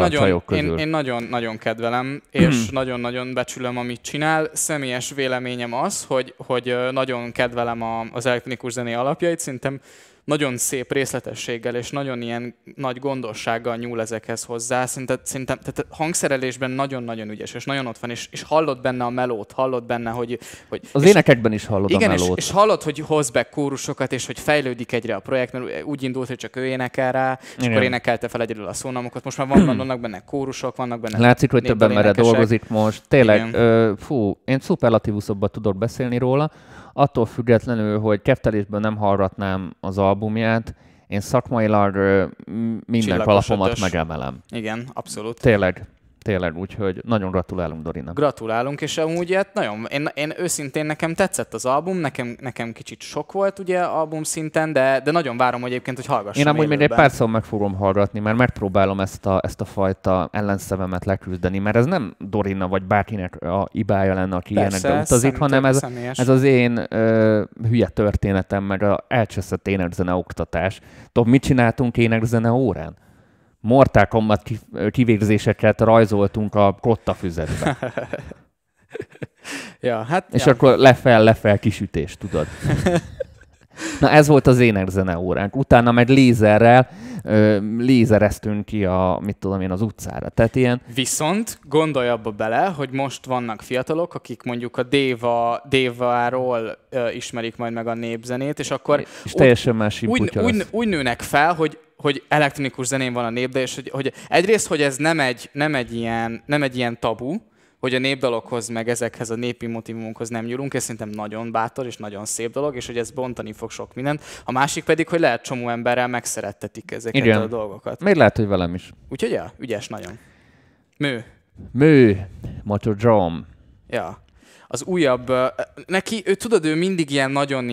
Én nagyon kedvelem, és nagyon-nagyon becsülöm, amit csinál. Személyes véleményem az, hogy nagyon kedvelem az elektronikus zené alapjait, szerintem nagyon szép részletességgel és nagyon ilyen nagy gondossággal nyúl ezekhez hozzá. Szerintem tehát hangszerelésben nagyon-nagyon ügyes, és nagyon ott van, és hallod benne a melót, hallod benne, hogy az énekekben is hallod igen, a melót. És hallod, hogy hoz be kórusokat, és hogy fejlődik egyre a projekt, mert úgy indult, hogy csak ő énekel rá, és akkor énekelte fel egyedül a szónamokat. Most már vannak benne kórusok, vannak benne látszik, hogy több emberre dolgozik most. Tényleg, én szuperlatívuszokban tudok beszélni róla. Attól függetlenül, hogy keftelésből nem hallgatnám az albumját, én szakmailag minden kalapomat megemelem. Igen, abszolút. Tényleg, úgyhogy nagyon gratulálunk Dorinak. Gratulálunk, és amúgy hát nagyon, én őszintén nekem tetszett az album, nekem kicsit sok volt ugye album szinten, de nagyon várom, hogy egyébként, hogy hallgassam. Én amúgy még egy pár szó meg fogom hallgatni, mert megpróbálom ezt a fajta ellenszevemet leküzdeni, mert ez nem Dorina vagy bárkinek a ibája lenne, aki ilyenekbe utazik, hanem ez az én hülye történetem, meg a elcseszett énekzene oktatás. Tudod, mit csináltunk énekzene órán? Mortal Kombat kivégzéseket rajzoltunk a kottafüzetbe. És akkor lefelé kisütés, tudod. Na ez volt az énekzene óránk. Utána meg lézerrel lézereztünk ki az utcára. Tehát ilyen... Viszont gondolj abba bele, hogy most vannak fiatalok, akik mondjuk a Déváról ismerik majd meg a népzenét, és akkor és teljesen más úgy nőnek fel, hogy elektronikus zenén van a nép, de és hogy egyrészt, hogy ez nem egy ilyen tabu, hogy a népdalokhoz, meg ezekhez a népi motivumokhoz nem nyúlunk, ez szerintem nagyon bátor és nagyon szép dolog, és hogy ez bontani fog sok mindent. A másik pedig, hogy lehet csomó emberrel megszerettetik ezeket a dolgokat. Még lehet, hogy velem is. Úgyhogy ügyes nagyon. Mű. Macho Drum. Ja. Az újabb, ő mindig ilyen nagyon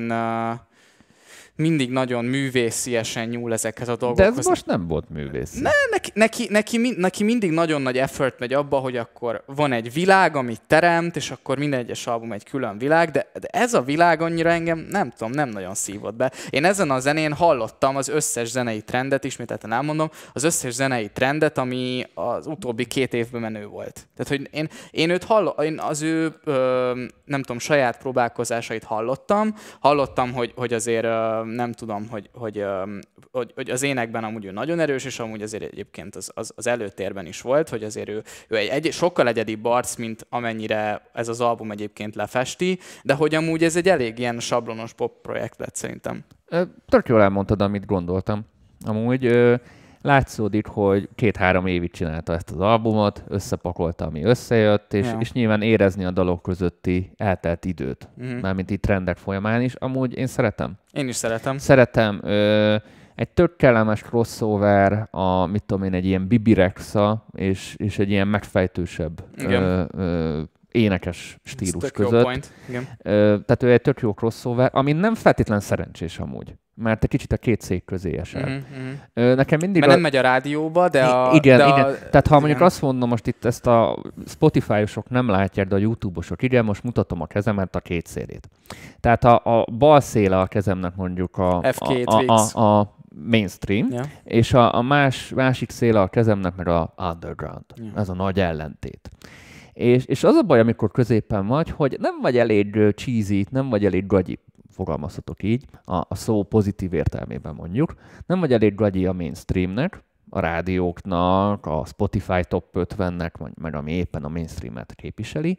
mindig nagyon művésziesen nyúl ezekhez a dolgokhoz. De ez most nem volt művész. Neki mindig nagyon nagy effort megy abba, hogy akkor van egy világ, amit teremt, és akkor minden egyes album egy külön világ, de ez a világ annyira engem, nem nagyon szívott be. Én ezen a zenén hallottam az összes zenei trendet, ismételten elmondom, az összes zenei trendet, ami az utóbbi 2 évben menő volt. Tehát, hogy én az ő nem tudom, saját próbálkozásait hallottam, hogy azért nem tudom, hogy az énekben amúgy ő nagyon erős, és amúgy azért egyébként az előtérben is volt, hogy azért ő egy sokkal egyedibb arc, mint amennyire ez az album egyébként lefesti, de hogy amúgy ez egy elég ilyen sablonos pop projekt lett szerintem. Tök jól elmondtad, amit gondoltam. Amúgy látszódik, hogy 2-3 évig csinálta ezt az albumot, összepakolta, ami összejött, és nyilván érezni a dalok közötti eltelt időt. Mármint itt trendek folyamán is. Amúgy én szeretem. Én is szeretem. Szeretem. egy tök kellemes crossover, mit tudom én, egy ilyen Bibi Rexha és egy ilyen megfejtősebb énekes stílus között. Tehát ő egy tök jó crossover, ami nem feltétlen szerencsés amúgy, mert egy kicsit a két szék közé esel. Nekem mindig mert nem megy a rádióba, de igen. Tehát ha mondjuk azt mondom, most itt ezt a Spotify-osok nem látják, de a YouTube-osok, igen, most mutatom a kezemet, a két szélét. Tehát a bal széle a kezemnek mondjuk a mainstream, és a másik széle a kezemnek meg a underground. Ez a nagy ellentét. És az a baj, amikor középen vagy, hogy nem vagy elég cheesy, nem vagy elég gagyi, fogalmazhatok így, a szó pozitív értelmében mondjuk, nem vagy elég gagyi a mainstreamnek, a rádióknak, a Spotify top 50-nek, meg ami éppen a mainstreamet képviseli,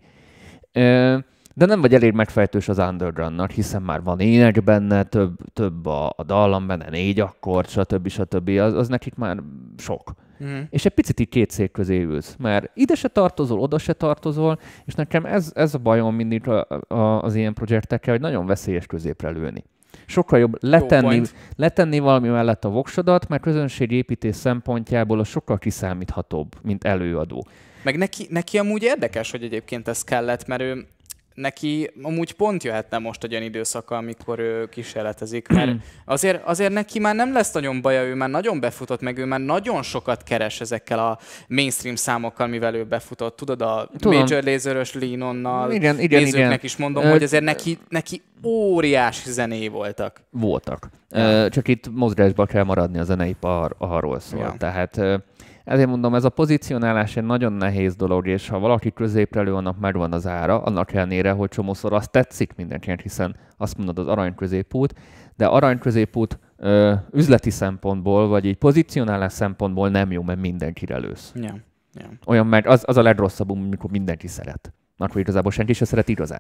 de nem vagy elég megfejtős az undergroundnak, hiszen már van ének benne, több a dallam benne, 4 akkord, stb. Az nekik már sok. És egy picit így két szék közé ülsz, mert ide se tartozol, oda se tartozol, és nekem ez a bajom mindig az ilyen projektekkel, hogy nagyon veszélyes középre lőni. Sokkal jobb letenni valami mellett a voksodat, mert közönségépítés szempontjából az sokkal kiszámíthatóbb, mint előadó. Meg neki amúgy érdekes, hogy egyébként ez kellett, mert neki amúgy pont jöhetne most egy olyan időszaka, amikor ő kísérletezik, mert azért neki már nem lesz nagyon baja, ő már nagyon befutott, meg ő már nagyon sokat keres ezekkel a mainstream számokkal, mivel ő befutott. Tudod, a Major Lazer-ös Lenonnal, nézőknek is mondom, hogy azért neki óriási zenéi voltak. Voltak. Csak itt mozgásba kell maradni, a zeneipar arról szól. Ja. Tehát ezért mondom, ez a pozicionálás egy nagyon nehéz dolog, és ha valaki középre lő, annak megvan az ára, annak ellenére, hogy csomószor azt tetszik mindenkinek, hiszen azt mondod az arany középút, de arany középút üzleti szempontból, vagy így pozicionálás szempontból nem jó, mert mindenkire lősz. Ja. Olyan, mert az a legrosszabb, amikor mindenki szeret. Akkor igazából senki se szeret igazán.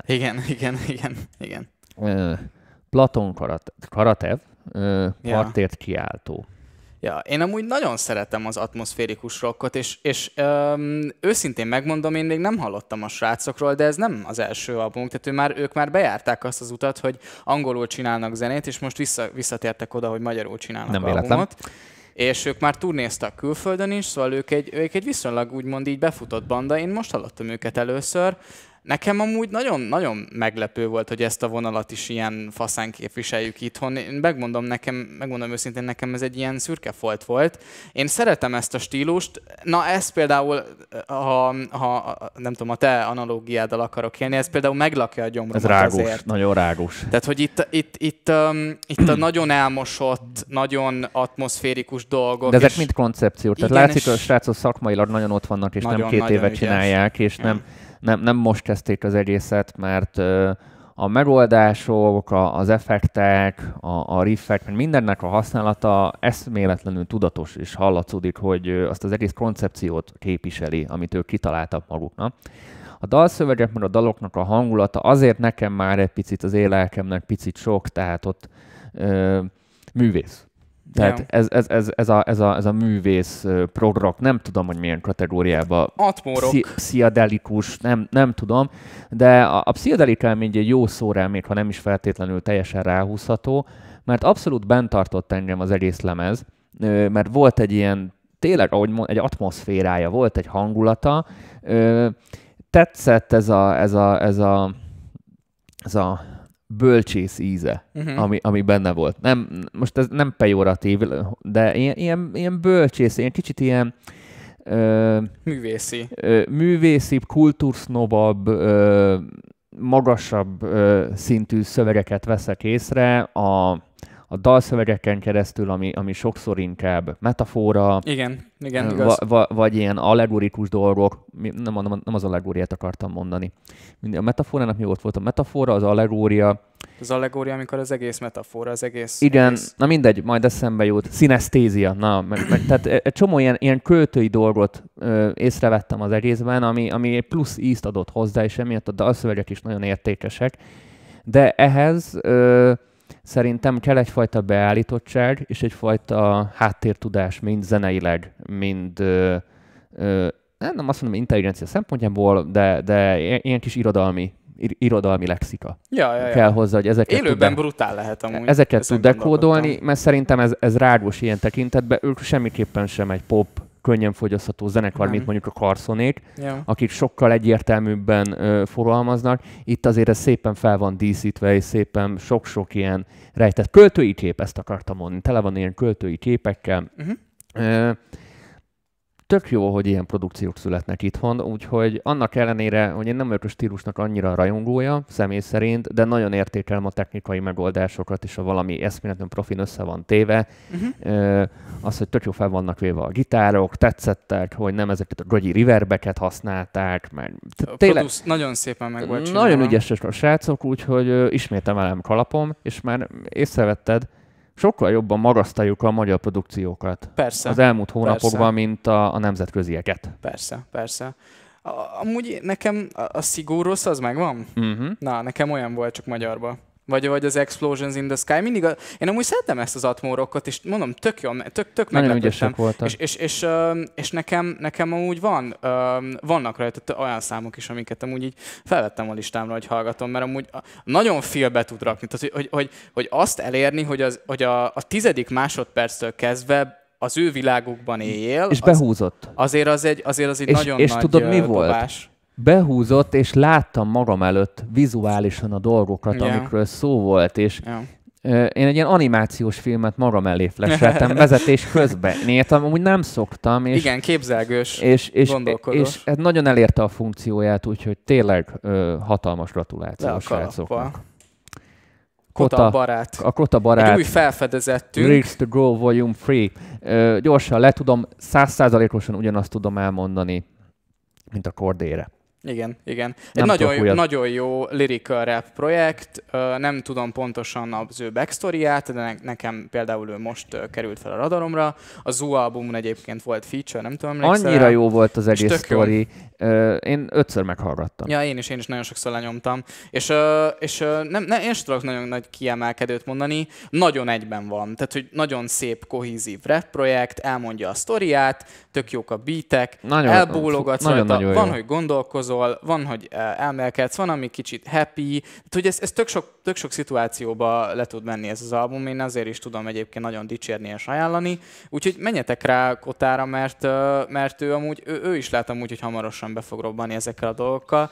Igen. Platon Karatev, partért kiáltó. Ja, én amúgy nagyon szeretem az atmoszférikus rockot, és őszintén megmondom, én még nem hallottam a srácokról, de ez nem az első album, tehát ők már bejárták azt az utat, hogy angolul csinálnak zenét, és most visszatértek oda, hogy magyarul csinálnak nem albumot. Véletlen. És ők már turnéztak külföldön is, szóval ők egy viszonylag úgymond így befutott banda, én most hallottam őket először. Nekem amúgy nagyon-nagyon meglepő volt, hogy ezt a vonalat is ilyen faszán képviseljük itthon. Én megmondom őszintén, nekem ez egy ilyen szürke folt volt. Én szeretem ezt a stílust. Na ez például, ha nem tudom, a te analógiáddal akarok élni, ez például meglakja a gyomromat. Ez rágós, azért. Nagyon rágós. Tehát, hogy itt a nagyon elmosott, nagyon atmoszférikus dolgok. De ezek mind koncepciók. Tehát látszik, hogy a srácok szakmailag nagyon ott vannak, és nem 2 éve csinálják, és nem most kezdték az egészet, mert a megoldások, az effektek, a riffek, mert mindennek a használata eszméletlenül tudatos, és hallatszódik, hogy azt az egész koncepciót képviseli, amit ők kitaláltak maguknak. A dalszövegek, mert a daloknak a hangulata azért nekem már egy picit az élelkemnek picit sok, tehát ott művész. Tehát ez a művész prog-rock, nem tudom, hogy milyen kategóriában. Atmorock. Pszichedelikus, nem tudom, de a pszichedelik elmény egy jó szó rá, még ha nem is feltétlenül teljesen ráhúzható, mert abszolút bent tartott engem az egész lemez, mert volt egy ilyen, tényleg, ahogy egy atmoszférája, volt egy hangulata, tetszett ez a bölcsész íze, ami benne volt. Most ez nem pejoratív, de ilyen bölcsész, ilyen kicsit ilyen művészi, kultúrsznobabb, magasabb szintű szövegeket veszek észre a dalszövegeken keresztül, ami sokszor inkább metafora, igen, igaz. Vagy ilyen allegorikus dolgok, nem az allegóriát akartam mondani. A metaforának mi volt? A metafora, az allegória. Az allegória, amikor az egész metafora, az egész... Igen, egész... na mindegy, majd eszembe jut. Szinesztézia, tehát egy csomó ilyen költői dolgot észrevettem az egészben, ami egy plusz ízt adott hozzá, és emiatt a dalszövegek is nagyon értékesek. De ehhez... Szerintem kell egyfajta beállítottság, és egyfajta háttértudás, mind zeneileg, mind nem azt mondom intelligencia szempontjából, de ilyen kis irodalmi irodalmi lexika. Ja. Kell hozzá, hogy ezeket élőben brutál lehet amúgy. Ezeket tud dekódolni, mert szerintem ez rágós ilyen tekintetben. Ők semmiképpen sem egy pop, könnyen fogyasztható zenekar, mint mondjuk a Carsonék, akik sokkal egyértelműbben fogalmaznak. Itt azért ez szépen fel van díszítve, és szépen sok-sok ilyen rejtett költői kép, ezt akartam mondani. Tele van ilyen költői képekkel. Tök jó, hogy ilyen produkciók születnek itthon, úgyhogy annak ellenére, hogy én nem vagyok a stílusnak annyira rajongója, személy szerint, de nagyon értékelem a technikai megoldásokat, és ha valami eszméletlen profin össze van téve, az, hogy tök jó fel vannak véve a gitárok, tetszettek, hogy nem ezeket a gagyi reverbeket használták, mert tényleg nagyon szépen meg volt csinálva. Nagyon ügyesek a srácok, úgyhogy ismét emelem kalapom, és már észrevetted, sokkal jobban magasztaljuk a magyar produkciókat az elmúlt hónapokban, mint a nemzetközieket. Persze. Amúgy nekem a Sigurus az megvan? Na, nekem olyan volt, csak magyarban. Vagy az Explosions in the Sky. Mindig én amúgy szeretem ezt az atmórokat, és mondom, tök jó, tök meglepődtem. És nekem amúgy vannak rajta olyan számok is, amiket amúgy így felvettem a listámra, hogy hallgatom, mert amúgy nagyon félbe tud rakni. Tehát, hogy azt elérni, hogy a 10. másodperctől kezdve az ő világukban éljél. És behúzott. Azért az egy nagyon és nagy tudod, mi dobás. Volt? Behúzott, és láttam magam előtt vizuálisan a dolgokat, amikről szó volt, és én egy ilyen animációs filmet magam elé flasheltem vezetés közben. Én amúgy nem szoktam. És, igen, képzelgős, gondolkodós. És ez nagyon elérte a funkcióját, úgyhogy tényleg hatalmas gratuláció a srácoknak. Kota barát. A Kota barát. Egy új felfedezettünk. Lyrics to Go Volume 3. Gyorsan letudom, 100%-osan ugyanazt tudom elmondani, mint a Cordére. Igen. Egy nagyon jó lyrical rap projekt, nem tudom pontosan az ő backstoryját, de nekem például ő most került fel a radaromra. A Zoo albumon egyébként volt feature, nem tudom, emlékszel. Annyira jó volt az egész sztori. Én 5-ször meghallgattam. Ja, én is nagyon sokszor lenyomtam. És én sem tudok nagyon nagy kiemelkedőt mondani. Nagyon egyben van. Tehát, hogy nagyon szép, kohízív rap projekt, elmondja a sztoriát, tök jók a beatek, elbólogatsz rajta, van, hogy gondolkozol, van, hogy elmélkedsz, van, ami kicsit happy. Tehát, hogy ez tök sok szituációba le tud menni ez az album. Én azért is tudom egyébként nagyon dicsérni és ajánlani. Úgyhogy menjetek rá Kotára, mert ő is látom úgy, hogy hamarosan be fog robbanni ezekkel a dolgokkal.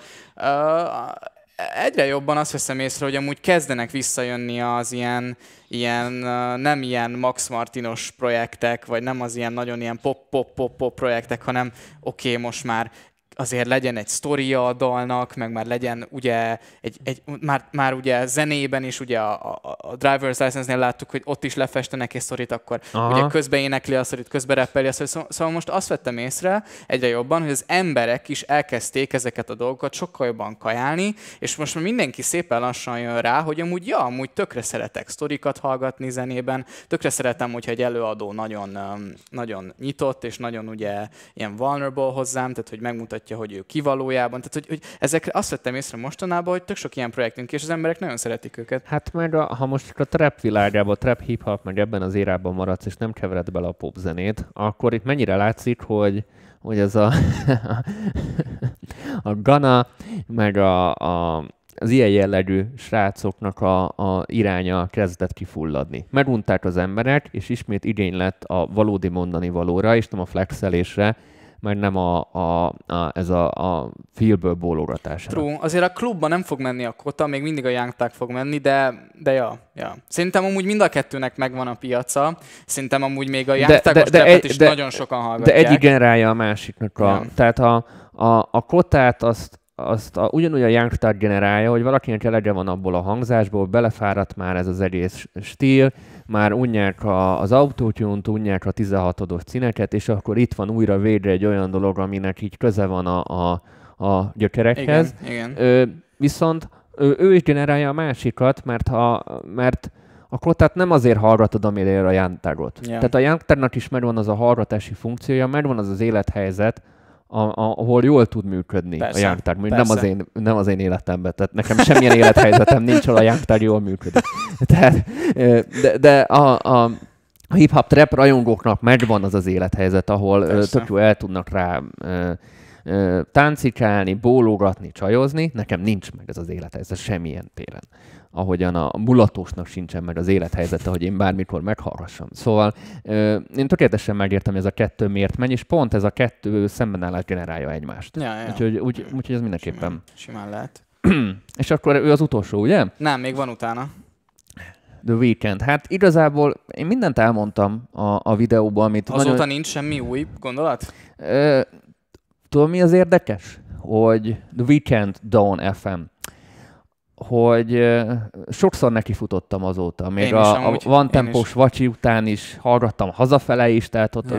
Egyre jobban azt veszem észre, hogy amúgy kezdenek visszajönni az ilyen nem ilyen Max Martinos projektek, vagy nem az ilyen nagyon ilyen pop projektek, hanem oké, most már azért legyen egy sztoria a dalnak, meg már legyen ugye már ugye zenében is, ugye a Driver's License-nél láttuk, hogy ott is lefestenek egy sztorit, akkor ugye közben énekli a sztorit, közben rappeli a sztorit. Szóval most azt vettem észre egyre jobban, hogy az emberek is elkezdték ezeket a dolgokat sokkal jobban kajálni, és most már mindenki szépen lassan jön rá, hogy amúgy tökre szeretek sztorikat hallgatni zenében, tökre szeretem, hogyha egy előadó nagyon nyitott, és nagyon ugye ilyen vulnerable hozzám, tehát hogy megmutatja, hogy ő kivalójában. Tehát, hogy ezekre azt vettem észre mostanában, hogy tök sok ilyen projektünk, és az emberek nagyon szeretik őket. Hát meg ha most a trap világában, a trap hip-hop, meg ebben az érában maradsz, és nem kevered bele a popzenét, akkor itt mennyire látszik, hogy ez a Gunna, meg az ilyen jellegű srácoknak a iránya kezdett kifulladni. Megunták az emberek, és ismét igény lett a valódi mondani valóra, és nem a flexelésre, meg nem ez a félből bólogatásra. True. Azért a klubban nem fog menni a Kota, még mindig a Young Thug fog menni, de ja. Szerintem amúgy mind a kettőnek megvan a piaca. Szerintem amúgy még a Young Thugos rapet is nagyon sokan hallgatják. De egyik generálja a másiknak. Tehát a Kotát azt ugyanúgy a Young Thug generálja, hogy valakinek elege van abból a hangzásból, belefáradt már ez az egész stíl, már unják az autótyúnt, unják a 16-os színeket, és akkor itt van újra végre egy olyan dolog, aminek így köze van a gyökerekhez. Igen. Viszont ő is generálja a másikat, mert a Kotát nem azért hallgatod, amire a Young Thugot. Yeah. Tehát a Young Thugnak is megvan az a hallgatási funkciója, megvan az élethelyzet, ahol jól tud működni a Young Thug. Nem az én életemben, tehát nekem semmilyen élethelyzetem nincs, ahol a Young Thug jól működik. Tehát, de a hip-hop trap rajongóknak megvan az élethelyzet, ahol tök jó el tudnak rá táncikálni, bólogatni, csajozni, nekem nincs meg ez az élethelyzet semmilyen téren. Ahogyan a mulatósnak sincsen meg az élethelyzete, hogy én bármikor meghallgassam. Szóval én tökéletesen megértem, hogy ez a kettő miért megy, és pont ez a kettő szembenállást generálja egymást. Ja. Úgyhogy ez mindenképpen. Simán lehet. És akkor ő az utolsó, ugye? Nem, még van utána. The Weeknd. Hát igazából én mindent elmondtam a videóban, amit... Azóta nincs semmi új gondolat? Tudom, mi az érdekes? Hogy The Weeknd Dawn FM. Hogy sokszor nekifutottam azóta. Még a Van Tempós Vacsi után is hallgattam hazafele is, tehát ott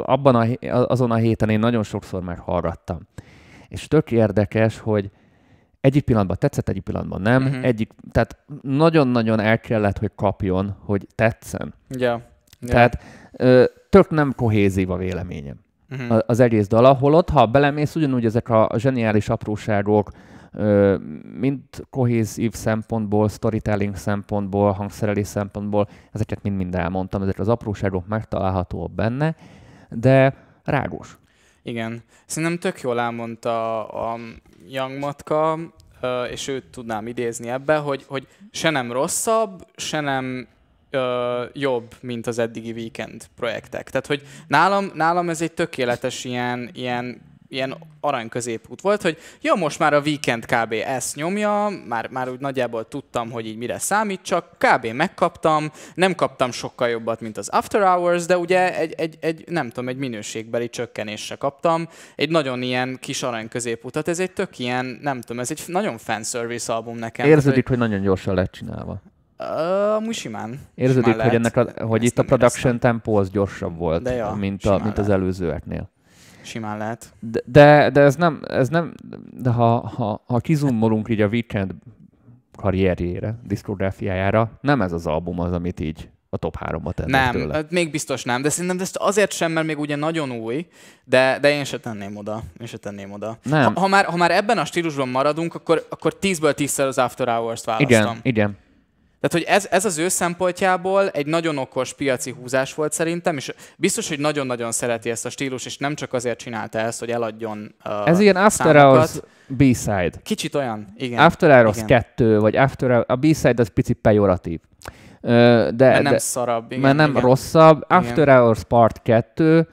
azon a héten én nagyon sokszor meghallgattam. És tök érdekes, hogy egyik pillanatban tetszett, egyik pillanatban nem. Tehát nagyon-nagyon el kellett, hogy kapjon, hogy tetszen. Tehát tök nem kohézív a véleményem. Az egész dal, ahol ott, ha belemész, ugyanúgy ezek a zseniális apróságok, mind kohézív szempontból, storytelling szempontból, hangszerelés szempontból, ezeket mind elmondtam, ezek az apróságok megtalálhatóak benne, de rágós. Igen. Szerintem tök jól elmondta a Young Matka, és őt tudnám idézni ebbe, hogy se nem rosszabb, se nem jobb, mint az eddigi Weekend projektek. Tehát, hogy nálam ez egy tökéletes ilyen arany középút volt, hogy jó, most már a Weekend kb. Ezt nyomja, már úgy nagyjából tudtam, hogy így mire számít, csak kb. Megkaptam, nem kaptam sokkal jobbat, mint az After Hours, de ugye egy nem tudom, egy minőségbeli csökkenésre kaptam, egy nagyon ilyen kis arany középutat, ez egy tök ilyen, nem tudom, ez egy nagyon fanservice album nekem. Érződik, hogy nagyon gyorsan lett csinálva. Amúgy simán. Érződik, hogy itt a production tempo az gyorsabb volt, mint az előzőeknél. Simán lehet. De ez nem, de ha kizoomolunk így a Weeknd karrierjére, diszkográfiájára, nem ez az album az, amit így a top 3-ba tennék tőle. Nem, még biztos nem, de szerintem ezt azért sem, mert még ugye nagyon új, de én se tenném oda. Nem. Ha már ebben a stílusban maradunk, akkor 10-ből 10-szer az After Hours-t választom. Igen. Tehát, hogy ez az ő szempontjából egy nagyon okos piaci húzás volt szerintem, és biztos, hogy nagyon-nagyon szereti ezt a stílus, és nem csak azért csinálta ezt, hogy eladjon ez ilyen After Hours B-side. Kicsit olyan, igen. After Hours 2, vagy a B-side az picit pejoratív. Mert nem szarabb. Igen, mert nem rosszabb. After Hours Part 2,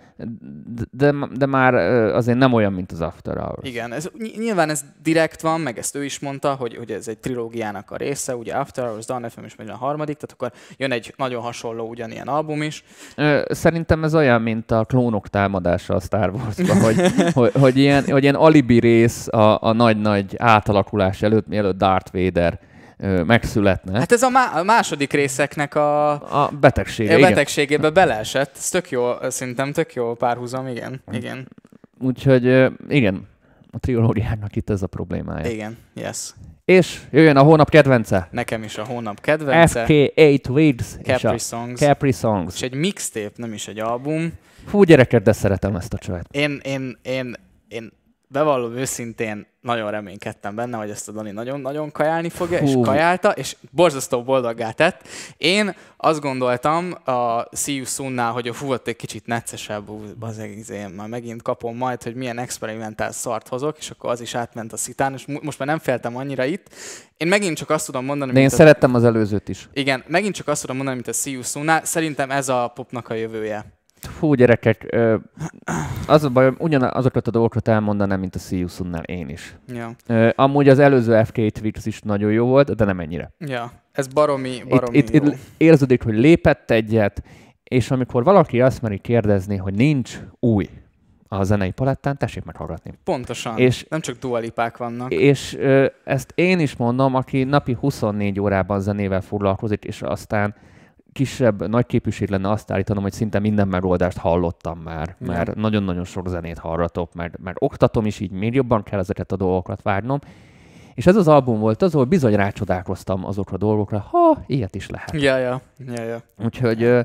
de már azért nem olyan, mint az After Hours. Igen, nyilván ez direkt van, meg ezt ő is mondta, hogy ez egy trilógiának a része, ugye After Hours, Dawn FM is megy a harmadik, tehát akkor jön egy nagyon hasonló ugyanilyen album is. Szerintem ez olyan, mint a klónok támadása a Star Wars-ban, hogy ilyen alibi rész a nagy-nagy átalakulás előtt, mielőtt Darth Vader megszületne. Hát ez a második részeknek a betegségébe beleesett. Ez tök jó, szerintem tök jó párhuzam, igen. Úgyhogy igen, a trilógiának itt ez a problémája. Igen, yes. És jöjjön a hónap kedvence. Nekem is a hónap kedvence. FK8 Wigs Capri Songs. És egy mixtape, nem is egy album. Fú, gyerekek, de szeretem ezt a csajt. Én bevallom őszintén, nagyon reménykedtem benne, hogy ezt a Dani nagyon-nagyon kajálni fogja, és kajálta, és borzasztó boldoggá tett. Én azt gondoltam a See You Soon-nál, hogy ott egy kicsit neccesebb, én már megint kapom majd, hogy milyen experimentál szart hozok, és akkor az is átment a szitán, és most már nem féltem annyira itt. Én megint csak azt tudom mondani, de én szerettem az előzőt is. Igen, megint csak azt tudom mondani, mint a See You Soon-nál. Szerintem ez a popnak a jövője. Fú, gyerekek, az a baj, ugyanazokat a dolgokat elmondanám, mint a See You Soon-nál én is. Ja. Amúgy az előző FK8 Wigs is nagyon jó volt, de nem ennyire. Ja, ez baromi itt érződik, hogy lépett egyet, és amikor valaki azt meri kérdezni, hogy nincs új a zenei palettán, tessék meghallgatni. Pontosan, és nem csak Dua Lipák vannak. És ezt én is mondom, aki napi 24 órában zenével foglalkozik, és aztán kisebb, nagy képűség lenne azt állítanom, hogy szinte minden megoldást hallottam már, mert nagyon-nagyon sok zenét hallgatok, mert oktatom is, így még jobban kell ezeket a dolgokat várnom. És ez az album volt az, ahol bizony rácsodálkoztam azokra a dolgokra, ilyet is lehet. Ja. Úgyhogy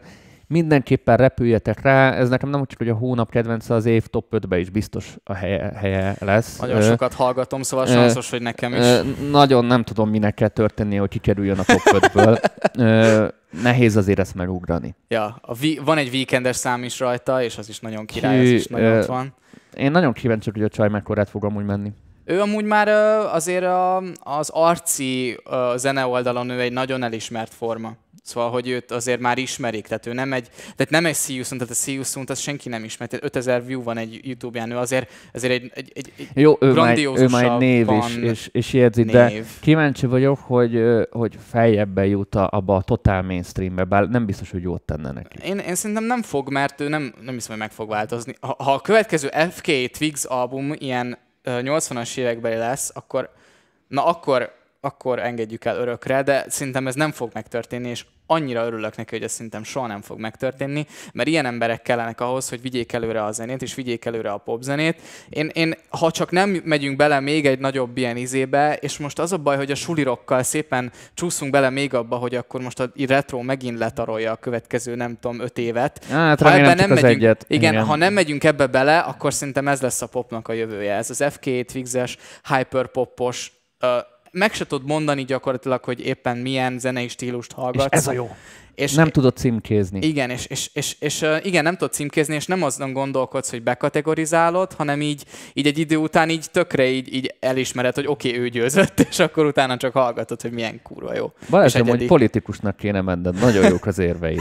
mindenképpen repüljetek rá, ez nekem nem csak, hogy a hónap kedvence, az év top 5-be is biztos a helye lesz. Nagyon sokat hallgatom, szóval sanszos, hogy nekem is. Nagyon nem tudom, minek kell történnie, hogy kikerüljön a top 5-ből. Nehéz azért ezt megugrani. Ja, van egy weekendes szám is rajta, és az is nagyon király, az is nagyon ott van. Én nagyon kíváncsi, hogy a csaj mekkorát fog amúgy menni. Ő amúgy már azért az arci zene oldalon ő egy nagyon elismert forma. Szóval, hogy őt azért már ismerik, tehát ő nem egy See You Soon, tehát a See You Soon-t azt senki nem ismert. 5000 view van egy YouTube-ján, ő azért egy jó, grandiózusabb ő már egy név és jegyzi, de kíváncsi vagyok, hogy feljebben jut abba a totál mainstreambe, bár nem biztos, hogy jót tenne neki. Én szerintem nem fog, mert ő nem hiszem, hogy meg fog változni. Ha a következő FK Twigs album ilyen 80-as évekbeli lesz, akkor engedjük el örökre, de szerintem ez nem fog megtörténni, és annyira örülök neki, hogy ez szerintem soha nem fog megtörténni, mert ilyen emberek kellenek ahhoz, hogy vigyék előre a zenét, és vigyék előre a popzenét. Én ha csak nem megyünk bele még egy nagyobb ilyen izébe, és most az a baj, hogy a sulirokkal szépen csúszunk bele még abba, hogy akkor most a retro megint letarolja a következő, nem tudom, 5 évet. Hát remélem csak az egyet. Igen, ha nem megyünk ebbe bele, akkor szerintem ez lesz a popnak a jövője. Ez az FK Twigs-es, hyperpopos, meg se tudod mondani gyakorlatilag, hogy éppen milyen zenei stílust hallgatsz. És ez a jó. És nem tudod címkézni. Igen, és igen, nem tudod címkézni, és nem azon gondolkodsz, hogy bekategorizálod, hanem így egy idő után így tökre így elismered, hogy oké, ő győzött, és akkor utána csak hallgatod, hogy milyen kurva jó. Balázsom, hogy politikusnak kéne menned. Nagyon jók az érveid.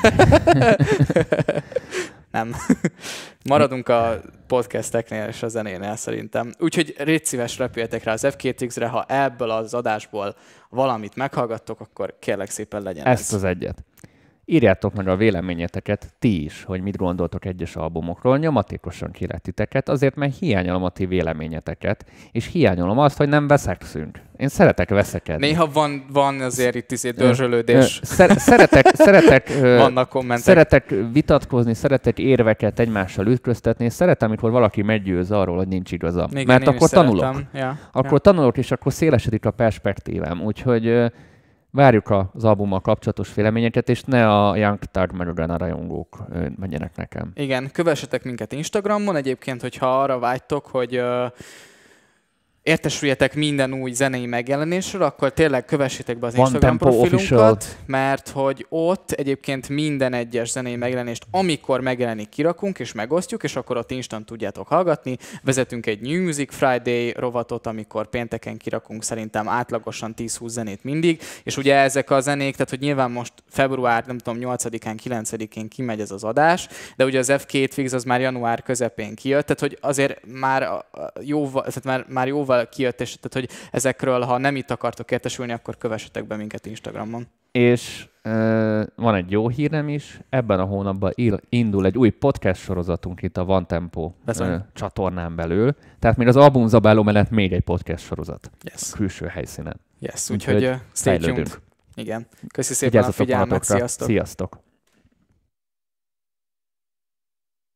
Nem. Maradunk a podcasteknél és a zenénél szerintem. Úgyhogy légy szíves, repüljetek rá az FK Twigs-re, ha ebből az adásból valamit meghallgattok, akkor kérlek szépen legyen ezt az egyet. Írjátok meg a véleményeteket ti is, hogy mit gondoltok egyes albumokról, nyomatékosan kérlek titeket, azért mert hiányolom a ti véleményeteket, és hiányolom azt, hogy nem veszekszünk. Én szeretek veszekedni. Néha van azért itt dörzsölődés. Vannak kommentek. Szeretek vitatkozni, szeretek érveket egymással ütköztetni, és szeretem, amikor valaki meggyőz arról, hogy nincs igaza. Igen, mert akkor tanulok. Akkor tanulok, és akkor szélesedik a perspektívám. Úgyhogy várjuk az albummal kapcsolatos véleményeket, és ne a Young Thug Marijuana rajongók menjenek nekem. Igen, kövessetek minket Instagramon, egyébként, hogyha arra vágytok, hogy értesüljetek minden új zenei megjelenésről, akkor tényleg kövessétek be az Instagram profilunkat, mert hogy ott egyébként minden egyes zenei megjelenést, amikor megjelenik, kirakunk és megosztjuk, és akkor ott instant tudjátok hallgatni. Vezetünk egy New Music Friday rovatot, amikor pénteken kirakunk szerintem átlagosan 10-20 zenét mindig, és ugye ezek a zenék, tehát hogy nyilván most február, nem tudom, 8-án, 9-én kimegy ez az adás, de ugye az FK Twigs az már január közepén kijött, tehát hogy azért már jóval kijött, és tehát, hogy ezekről, ha nem itt akartok értesülni, akkor kövessetek be minket Instagramon. És van egy jó hírem is, ebben a hónapban indul egy új podcast sorozatunk itt a Van Tempo csatornán belül, tehát még az albumzabáló mellett még egy podcast sorozat külső helyszínen. Yes, úgyhogy stay tuned. Igen. Köszi szépen a figyelmet, sziasztok! Sziasztok!